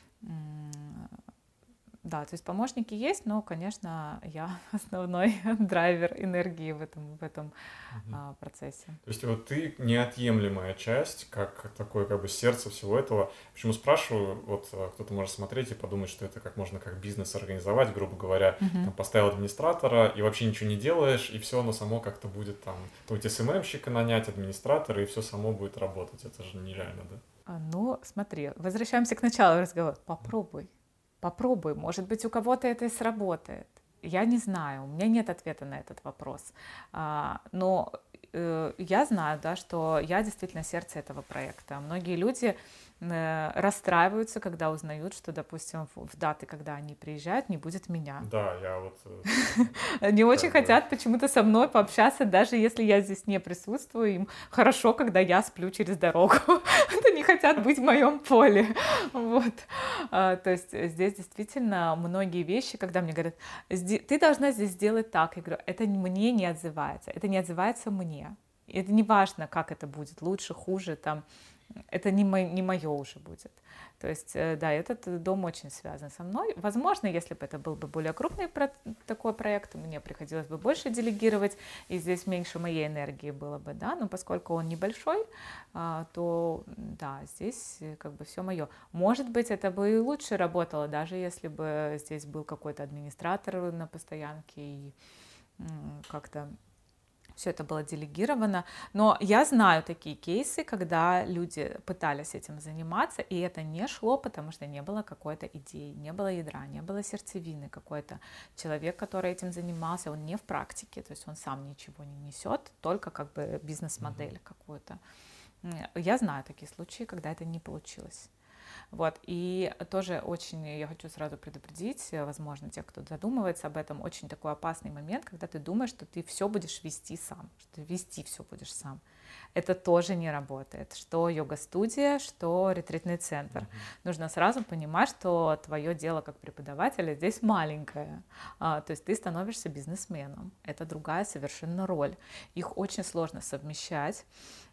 Да, то есть помощники есть, но, конечно, я основной драйвер энергии в этом, в этом угу. а, процессе. То есть вот ты неотъемлемая часть, как такое как бы сердце всего этого. Почему спрашиваю, вот кто-то может смотреть и подумать, что это как можно как бизнес организовать, грубо говоря, угу. там поставил администратора и вообще ничего не делаешь, и все оно само как-то будет там, то есть эс эм эм-щика нанять, администратора, и все само будет работать. Это же нереально, да? А, ну, смотри, возвращаемся к началу разговора. Попробуй. Попробуй, может быть, у кого-то это и сработает. Я не знаю, у меня нет ответа на этот вопрос. Но я знаю, да, что я действительно сердце этого проекта. Многие люди расстраиваются, когда узнают, что, допустим, в даты, когда они приезжают, не будет меня. Да, я вот... Они очень хотят почему-то со мной пообщаться, даже если я здесь не присутствую. Им хорошо, когда я сплю через дорогу. Они хотят быть в моем поле. Вот. То есть здесь действительно многие вещи, когда мне говорят, ты должна здесь сделать так, я говорю, это мне не отзывается, это не отзывается мне. Это не важно, как это будет, лучше, хуже, там, это не, мо- не мое уже будет. То есть, да, этот дом очень связан со мной. Возможно, если бы это был бы более крупный про- такой проект, мне приходилось бы больше делегировать, и здесь меньше моей энергии было бы, да, но поскольку он небольшой, то, да, здесь как бы все мое. Может быть, это бы и лучше работало, даже если бы здесь был какой-то администратор на постоянке и как-то все это было делегировано. Но я знаю такие кейсы, когда люди пытались этим заниматься, и это не шло, потому что не было какой-то идеи, не было ядра, не было сердцевины. Какой-то человек, который этим занимался, он не в практике, то есть он сам ничего не несет, только как бы бизнес-модель mm-hmm. какую-то. Я знаю такие случаи, когда это не получилось. Вот. И тоже очень, я хочу сразу предупредить, возможно, тех, кто задумывается об этом, очень такой опасный момент, когда ты думаешь, что ты все будешь вести сам, что ты вести все будешь сам. Это тоже не работает. Что йога-студия, что ретритный центр. Mm-hmm. Нужно сразу понимать, что твое дело как преподавателя здесь маленькое. А, то есть ты становишься бизнесменом. Это другая совершенно роль. Их очень сложно совмещать.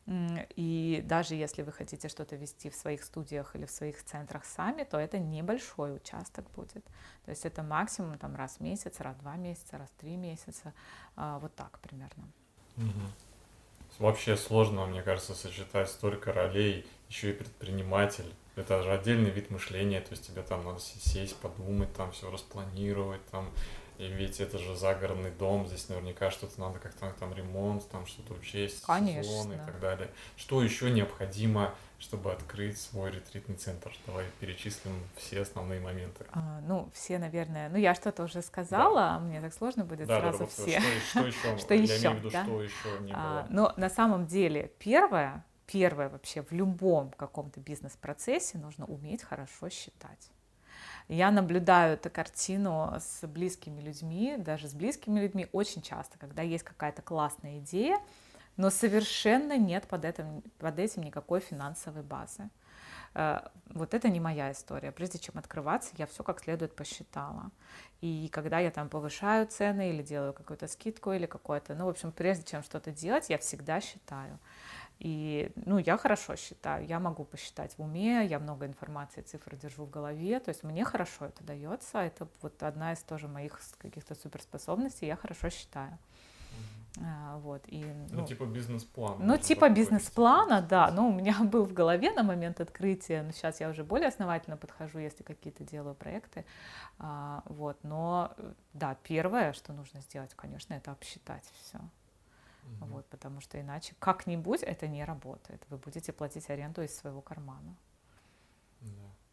И даже если вы хотите что-то вести в своих студиях или в своих центрах сами, то это небольшой участок будет. То есть это максимум там, раз в месяц, раз в два месяца, раз в три месяца. А, вот так примерно. Mm-hmm. Вообще сложно, мне кажется, сочетать столько ролей, еще и предприниматель. Это же отдельный вид мышления, то есть тебе там надо сесть, подумать, там все распланировать, там, и ведь это же загородный дом, здесь наверняка что-то надо, как-то там ремонт, там что-то учесть, сезон и так далее. Что еще необходимо, чтобы открыть свой ретритный центр? Давай перечислим все основные моменты. А, ну, все, наверное, ну я что-то уже сказала, да. Мне так сложно будет да, сразу да, все. Что, что еще? Что я еще, имею в виду, да? что еще не было. А, но на самом деле первое, первое вообще в любом каком-то бизнес-процессе нужно уметь хорошо считать. Я наблюдаю эту картину с близкими людьми, даже с близкими людьми очень часто, когда есть какая-то классная идея, но совершенно нет под этим, под этим никакой финансовой базы. Вот это не моя история. Прежде чем открываться, я все как следует посчитала. И когда я там повышаю цены или делаю какую-то скидку или какое-то, ну, в общем, прежде чем что-то делать, я всегда считаю. И, ну, я хорошо считаю, я могу посчитать в уме, я много информации, цифр держу в голове, то есть мне хорошо это дается, это вот одна из тоже моих каких-то суперспособностей, я хорошо считаю. Mm-hmm. А, вот, и, ну, ну, типа бизнес-плана. Ну, типа бизнес-плана, да, но у меня был в голове на момент открытия, но сейчас я уже более основательно подхожу, если какие-то делаю проекты, а, вот, но, да, первое, что нужно сделать, конечно, это обсчитать все. Mm-hmm. Вот, потому что иначе как-нибудь это не работает. Вы будете платить аренду из своего кармана. Да.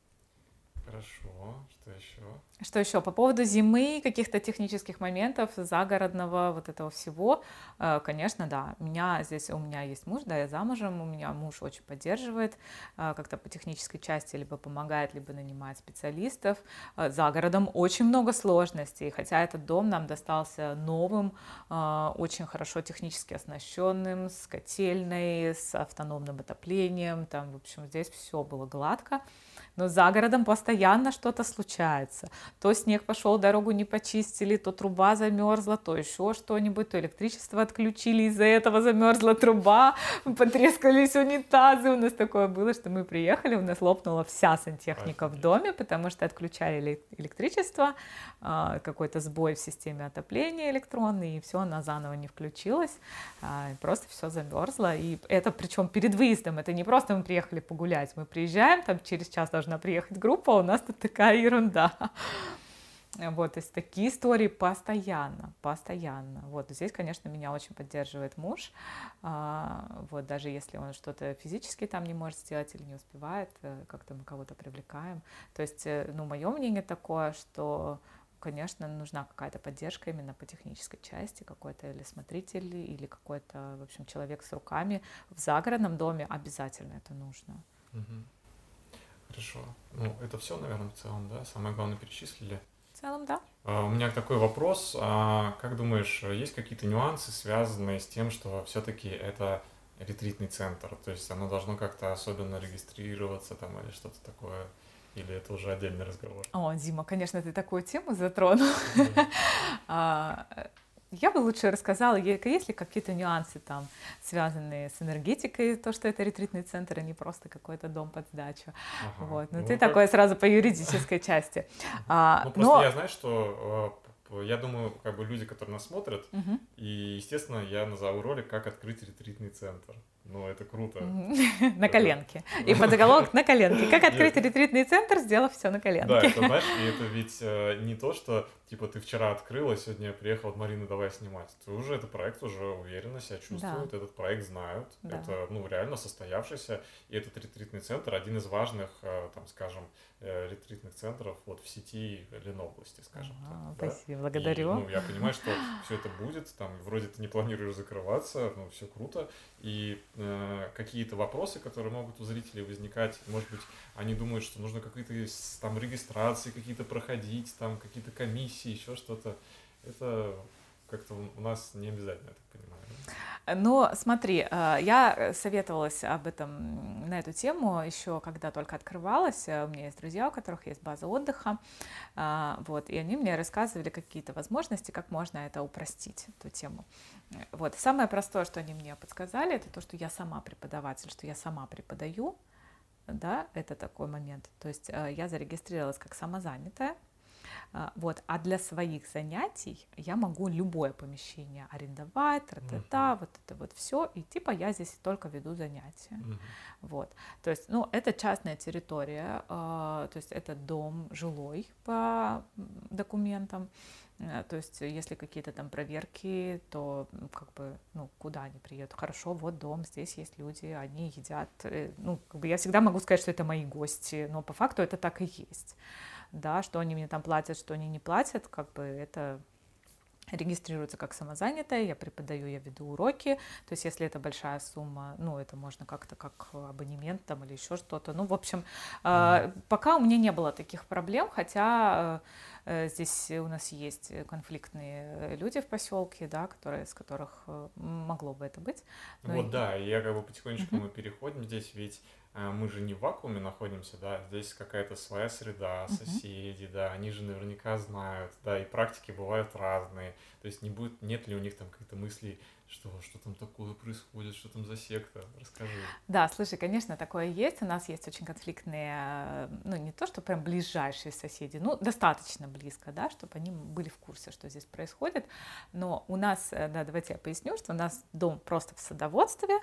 Хорошо. Что еще? Что еще? По поводу зимы, каких-то технических моментов, загородного вот этого всего, конечно, да. Меня здесь, у меня есть муж, да, я замужем, у меня муж очень поддерживает как-то по технической части, либо помогает, либо нанимает специалистов. За городом очень много сложностей, хотя этот дом нам достался новым, очень хорошо технически оснащенным, с котельной, с автономным отоплением, там, в общем, здесь все было гладко. Но за городом постоянно что-то случается. То снег пошел, дорогу не почистили, то труба замерзла, то еще что-нибудь, то электричество отключили, из-за этого замерзла труба, потрескались унитазы. У нас такое было, что мы приехали, у нас лопнула вся сантехника в доме, потому что отключали электричество, какой-то сбой в системе отопления электронной, и все, она заново не включилась, просто все замерзло. И это причем перед выездом, это не просто мы приехали погулять, мы приезжаем, там через час должна приехать группа, а у нас тут такая ерунда. Вот, то есть такие истории постоянно, постоянно. Вот здесь, конечно, меня очень поддерживает муж. Вот, даже если он что-то физически там не может сделать или не успевает, как-то мы кого-то привлекаем. То есть, ну, мое мнение такое, что, конечно, нужна какая-то поддержка именно по технической части, какой-то или смотритель, или какой-то, в общем, человек с руками. В загородном доме обязательно это нужно. Угу. Хорошо. Ну, это все, наверное, в целом, да? Самое главное перечислили. В целом, да. Uh, у меня такой вопрос. Uh, как думаешь, есть какие-то нюансы, связанные с тем, что все-таки это ретритный центр? То есть оно должно как-то особенно регистрироваться там или что-то такое? Или это уже отдельный разговор? О, Дима, конечно, ты такую тему затронул. Я бы лучше рассказала, есть ли какие-то нюансы там, связанные с энергетикой, то, что это ретритный центр, а не просто какой-то дом под сдачу. Ага. Вот. Ну, ну, ты как... такое сразу по юридической части. А, ну, просто но... я знаю, что я думаю, как бы люди, которые нас смотрят, угу. и, естественно, я назову ролик «Как открыть ретритный центр». Ну, это круто. На коленке. И подзаголовок на коленке. Как открыть ретритный центр, сделав все на коленке. Да, это, знаешь, и это ведь э, не то, что, типа, ты вчера открыла, сегодня я приехал, вот, Марина, давай снимать. Ты уже, этот проект уже уверенно себя чувствует, да. Этот проект знают. Да. Это, ну, реально состоявшийся. И этот ретритный центр один из важных, э, там, скажем, э, ретритных центров вот в сети Ленобласти, скажем а, так. Спасибо, да? благодарю. И, ну, я понимаю, что все это будет, там, вроде ты не планируешь закрываться, ну, все круто. И э, какие-то вопросы, которые могут у зрителей возникать, может быть, они думают, что нужно какие-то там регистрации какие-то проходить, там какие-то комиссии, еще что-то. Это как-то у нас не обязательно, я так понимаю. Ну, смотри, я советовалась об этом, на эту тему еще когда только открывалась. У меня есть друзья, у которых есть база отдыха, вот, и они мне рассказывали какие-то возможности, как можно это упростить, эту тему. Вот. Самое простое, что они мне подсказали, это то, что я сама преподаватель, что я сама преподаю, да, это такой момент. То есть я зарегистрировалась как самозанятая. Вот. А для своих занятий я могу любое помещение арендовать, тра-та-та, uh-huh. вот это вот все, и типа я здесь только веду занятия. Uh-huh. Вот. То есть, ну, это частная территория, э, то есть это дом жилой по документам. То есть, если какие-то там проверки, то как бы, ну, куда они приедут? Хорошо, вот дом, здесь есть люди, они едят. Ну, как бы я всегда могу сказать, что это мои гости, но по факту это так и есть. Да, что они мне там платят, что они не платят, как бы это регистрируется как самозанятая, я преподаю, я веду уроки, то есть если это большая сумма, ну, это можно как-то как абонемент там или еще что-то, ну, в общем, mm-hmm. пока у меня не было таких проблем, хотя здесь у нас есть конфликтные люди в поселке, да, которые, с которых могло бы это быть. Вот, и... да, и я как бы потихонечку mm-hmm. мы переходим здесь, ведь мы же не в вакууме находимся, да, здесь какая-то своя среда, соседи, uh-huh. да, они же наверняка знают, да, и практики бывают разные, то есть не будет, нет ли у них там каких-то мыслей, что, что там такое происходит, что там за секта, расскажи. Да, слушай, конечно, такое есть, у нас есть очень конфликтные, ну, не то, что прям ближайшие соседи, ну, достаточно близко, да, чтобы они были в курсе, что здесь происходит, но у нас, да, давайте я поясню, что у нас дом просто в садоводстве,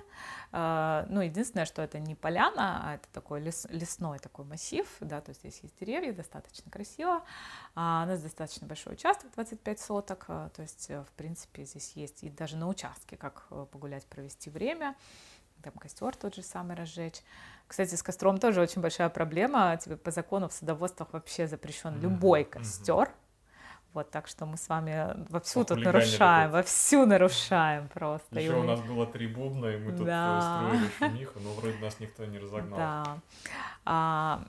ну, единственное, что это не поляна, а это такой лес, лесной такой массив, да, то есть здесь есть деревья, достаточно красиво, а у нас достаточно большой участок, двадцать пять соток, то есть, в принципе, здесь есть и даже на участке, как погулять, провести время, там костер тот же самый разжечь. Кстати, с костром тоже очень большая проблема, тебе по закону в садоводствах вообще запрещен mm-hmm. любой костер. Вот, так что мы с вами вовсю тут нарушаем, тут. вовсю нарушаем просто. Еще и у нас было три бубна, и мы тут да. строили шумиху, но вроде нас никто не разогнал. Да. А,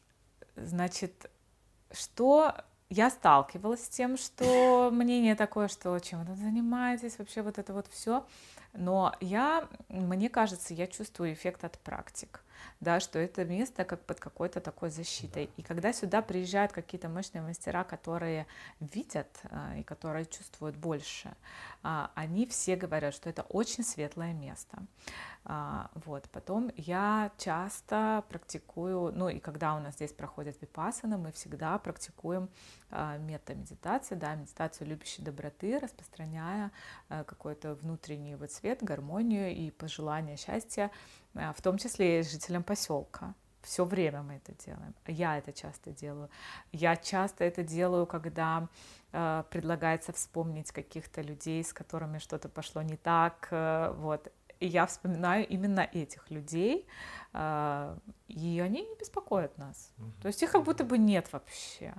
значит, что я сталкивалась с тем, что мнение такое, что чем вы тут занимаетесь, вообще вот это вот все. Но я, мне кажется, я чувствую эффект от практик, да, что это место как под какой-то такой защитой. Да. И когда сюда приезжают какие-то мощные мастера, которые видят и которые чувствуют больше, они все говорят, что это очень светлое место. Вот. Потом я часто практикую, ну и когда у нас здесь проходят випассаны, мы всегда практикуем мета-медитации, да, медитацию любящей доброты, распространяя какой-то внутренний вот свет, гармонию и пожелание счастья, в том числе и жителям поселка. Все время мы это делаем. Я это часто делаю. Я часто это делаю, когда э, предлагается вспомнить каких-то людей, с которыми что-то пошло не так. Э, вот. И я вспоминаю именно этих людей, э, и они не беспокоят нас. Mm-hmm. То есть их как будто бы нет вообще.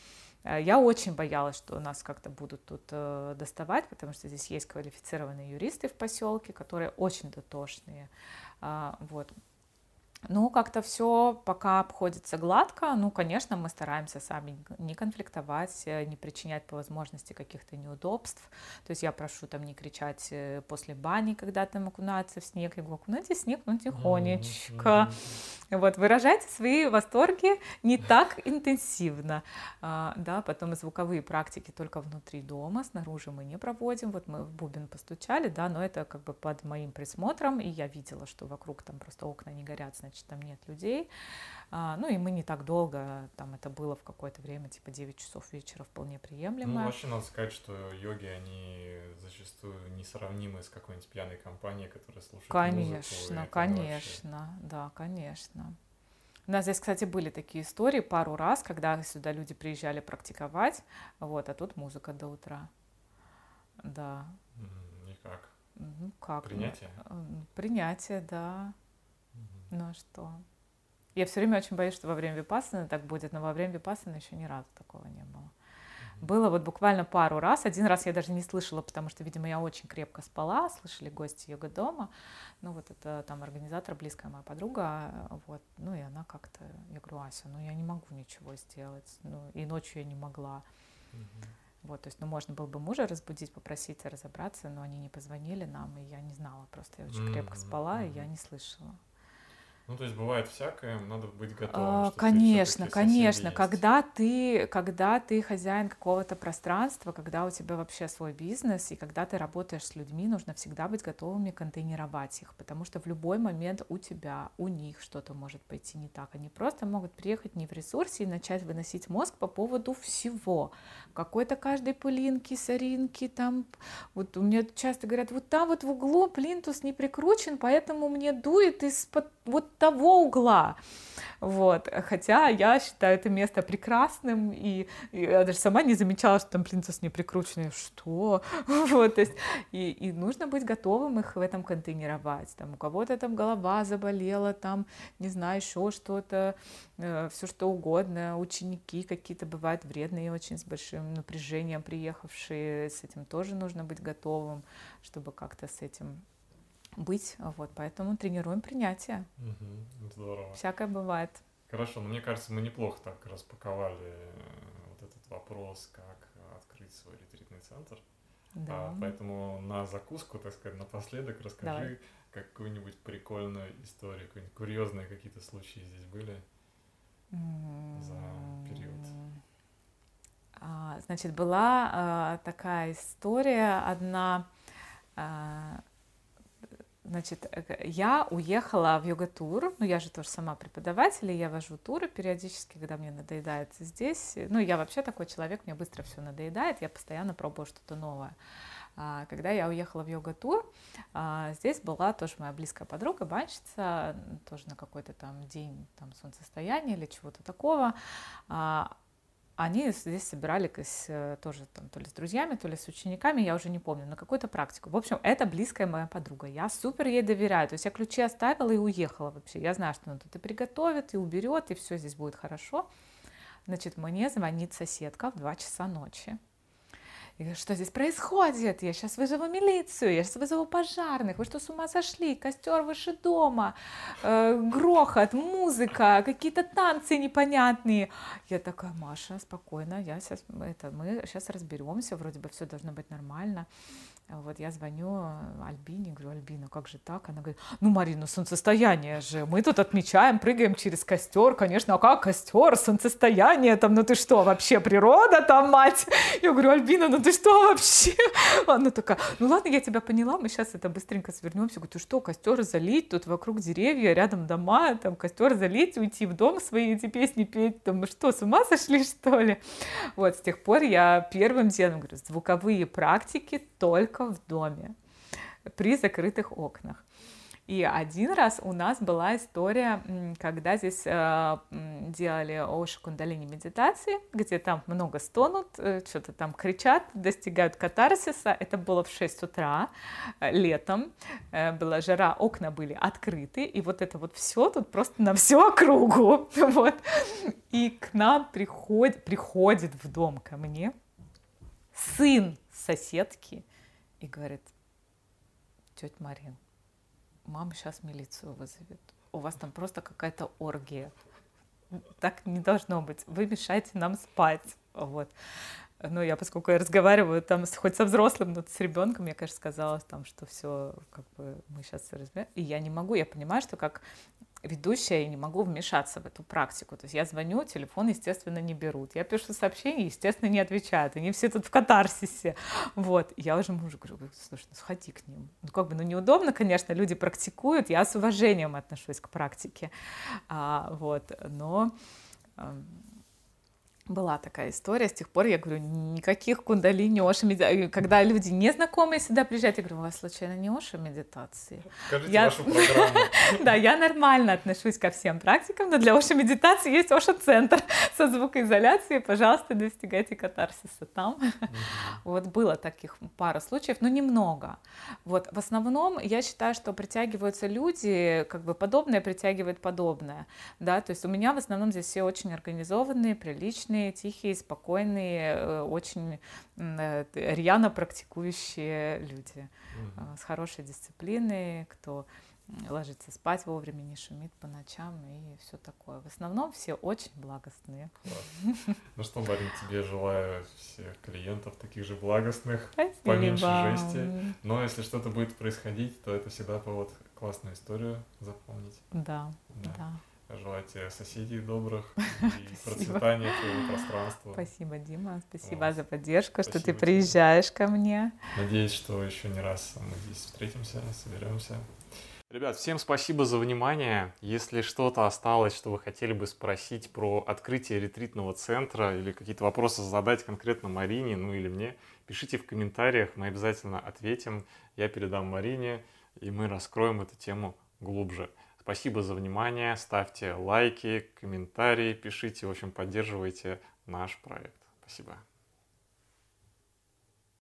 Я очень боялась, что нас как-то будут тут э, доставать, потому что здесь есть квалифицированные юристы в поселке, которые очень дотошные. А, вот. Ну, как-то все пока обходится гладко. Ну, конечно, мы стараемся сами не конфликтовать, не причинять по возможности каких-то неудобств. То есть я прошу там не кричать после бани, когда там окунаться в снег. Я говорю, окунайтесь в снег, ну, тихонечко. Вот, выражайте свои восторги не так интенсивно. А, да, потом звуковые практики только внутри дома, снаружи мы не проводим. Вот мы в бубен постучали, да, но это как бы под моим присмотром, и я видела, что вокруг там просто окна не горят, значит, там нет людей. А, ну и мы не так долго, там это было в какое-то время, типа девять часов вечера, вполне приемлемо. Ну, вообще надо сказать, что йоги, они зачастую зачастую несравнимы с какой-нибудь пьяной компанией, которая слушает Конечно, музыку. конечно, вообще... да, конечно. У нас здесь, кстати, были такие истории пару раз, когда сюда люди приезжали практиковать, вот, а тут музыка до утра. Да. И как? Ну, как? Принятие? Принятие, да. Угу. Ну а что? Я все время очень боюсь, что во время випассаны так будет, но во время випассаны еще ни разу такого не было. Угу. Было вот буквально пару раз. Один раз я даже не слышала, потому что, видимо, я очень крепко спала, слышали гости йога-дома. Ну вот это там организатор, близкая моя подруга, вот. Ну и она как-то, я говорю, Ася, ну я не могу ничего сделать, ну и ночью я не могла. Угу. Вот, то есть, ну, можно было бы мужа разбудить, попросить разобраться, но они не позвонили нам, и я не знала, просто я очень крепко спала, mm-hmm. и я не слышала. Ну, то есть бывает всякое, надо быть готовым. А, что конечно, конечно. Когда ты, когда ты хозяин какого-то пространства, когда у тебя вообще свой бизнес, и когда ты работаешь с людьми, нужно всегда быть готовыми контейнировать их, потому что в любой момент у тебя, у них что-то может пойти не так. Они просто могут приехать не в ресурсе и начать выносить мозг по поводу всего. Какой-то каждой пылинки, соринки, там, вот у меня часто говорят, вот там вот в углу плинтус не прикручен, поэтому мне дует из-под вот того угла, вот, хотя я считаю это место прекрасным, и, и я даже сама не замечала, что там плинтус не прикрученный, что, вот, то есть, и, и нужно быть готовым их в этом контейнировать, там, у кого-то там голова заболела, там, не знаю, еще что-то, э, все что угодно, ученики какие-то бывают вредные, очень с большим напряжением приехавшие, с этим тоже нужно быть готовым, чтобы как-то с этим быть, вот, поэтому тренируем принятие. Угу, здорово. Всякое бывает. Хорошо, но мне кажется, мы неплохо так распаковали вот этот вопрос, как открыть свой ретритный центр. Да. А, поэтому на закуску, так сказать, напоследок расскажи Давай. какую-нибудь прикольную историю, какие-нибудь курьезные какие-то случаи здесь были mm-hmm. за период. А, значит, была а, такая история одна. А, Значит, я уехала в йога-тур, ну, я же тоже сама преподаватель, и я вожу туры периодически, когда мне надоедает здесь. Ну, я вообще такой человек, мне быстро все надоедает, я постоянно пробую что-то новое. Когда я уехала в йога-тур, здесь была тоже моя близкая подруга, банщица, тоже на какой-то там день там, солнцестояния или чего-то такого. Они здесь собирались тоже там, то ли с друзьями, то ли с учениками, я уже не помню, на какую-то практику. В общем, это близкая моя подруга. Я супер ей доверяю. То есть я ключи оставила и уехала вообще. Я знаю, что она тут и приготовит, и уберет, и все здесь будет хорошо. Значит, мне звонит соседка в два часа ночи. Я говорю, что здесь происходит? Я сейчас вызову милицию, я сейчас вызову пожарных. Вы что, с ума сошли? Костер выше дома, э, грохот, музыка, какие-то танцы непонятные. Я такая, Маша, спокойно, я сейчас, это, мы сейчас разберемся, вроде бы все должно быть нормально. Вот я звоню Альбине, говорю, Альбина, как же так? Она говорит, ну, Марина, солнцестояние же, мы тут отмечаем, прыгаем через костер, конечно, а как костер, солнцестояние там, ну ты что, вообще природа там, мать? Я говорю, Альбина, ну ты что вообще? Она такая, ну ладно, я тебя поняла, мы сейчас это быстренько свернемся. Я говорю, ты что, костер залить, тут вокруг деревья, рядом дома, там костер залить, уйти в дом свои эти песни петь, там, мы что, с ума сошли, что ли? Вот, с тех пор я первым делом говорю, звуковые практики только в доме, при закрытых окнах. И один раз у нас была история, когда здесь э, делали Оша Кундалини медитации, где там много стонут, э, что-то там кричат, достигают катарсиса. Это было в шесть утра, э, летом, э, была жара, окна были открыты, и вот это вот все тут просто на всю округу. Вот. И к нам приход, приходит в дом ко мне сын соседки и говорит, тетя Марин, мама сейчас милицию вызовет. У вас там просто какая-то оргия. Так не должно быть. Вы мешаете нам спать. Вот. Но я, поскольку я разговариваю там с, хоть со взрослым, но с ребенком, я, конечно, сказала, там, что все, как бы, мы сейчас разберем. И я не могу, я понимаю, что как ведущая я не могу вмешаться в эту практику. То есть я звоню, телефон, естественно, не берут. Я пишу сообщения, естественно, не отвечают. Они все тут в катарсисе. Вот. Я уже мужу говорю, слушай, ну сходи к ним. Ну как бы, ну неудобно, конечно, люди практикуют. Я с уважением отношусь к практике. А, вот. Но... Была такая история, с тех пор я говорю, никаких кундалини, оши медитации. Когда люди незнакомые сюда приезжают, я говорю, у вас случайно не оши медитации? Покажите я... вашу программу. Да, я нормально отношусь ко всем практикам, но для оши медитации есть оши-центр со звукоизоляцией, пожалуйста, достигайте катарсиса там. Вот было таких пара случаев, но немного. Вот в основном я считаю, что притягиваются люди, как бы подобное притягивает подобное, да, то есть у меня в основном здесь все очень организованные, приличные, тихие, спокойные, очень рьяно практикующие люди mm-hmm. с хорошей дисциплиной, кто ложится спать вовремя, не шумит по ночам и все такое. В основном все очень благостные. Класс. Ну что, Марин, тебе желаю всех клиентов таких же благостных, Спасибо. Поменьше жести. Но если что-то будет происходить, то это всегда повод классную историю запомнить. Да, да. да. Желаю тебе соседей добрых и процветания твоего пространства. Спасибо, Дима. Спасибо вот. за поддержку, Спасибо что ты приезжаешь тебе. ко мне. Надеюсь, что еще не раз мы здесь встретимся, соберемся. Ребят, всем спасибо за внимание. Если что-то осталось, что вы хотели бы спросить про открытие ретритного центра или какие-то вопросы задать конкретно Марине, ну или мне, пишите в комментариях, мы обязательно ответим. Я передам Марине, и мы раскроем эту тему глубже. Спасибо за внимание, ставьте лайки, комментарии, пишите, в общем, поддерживайте наш проект. Спасибо.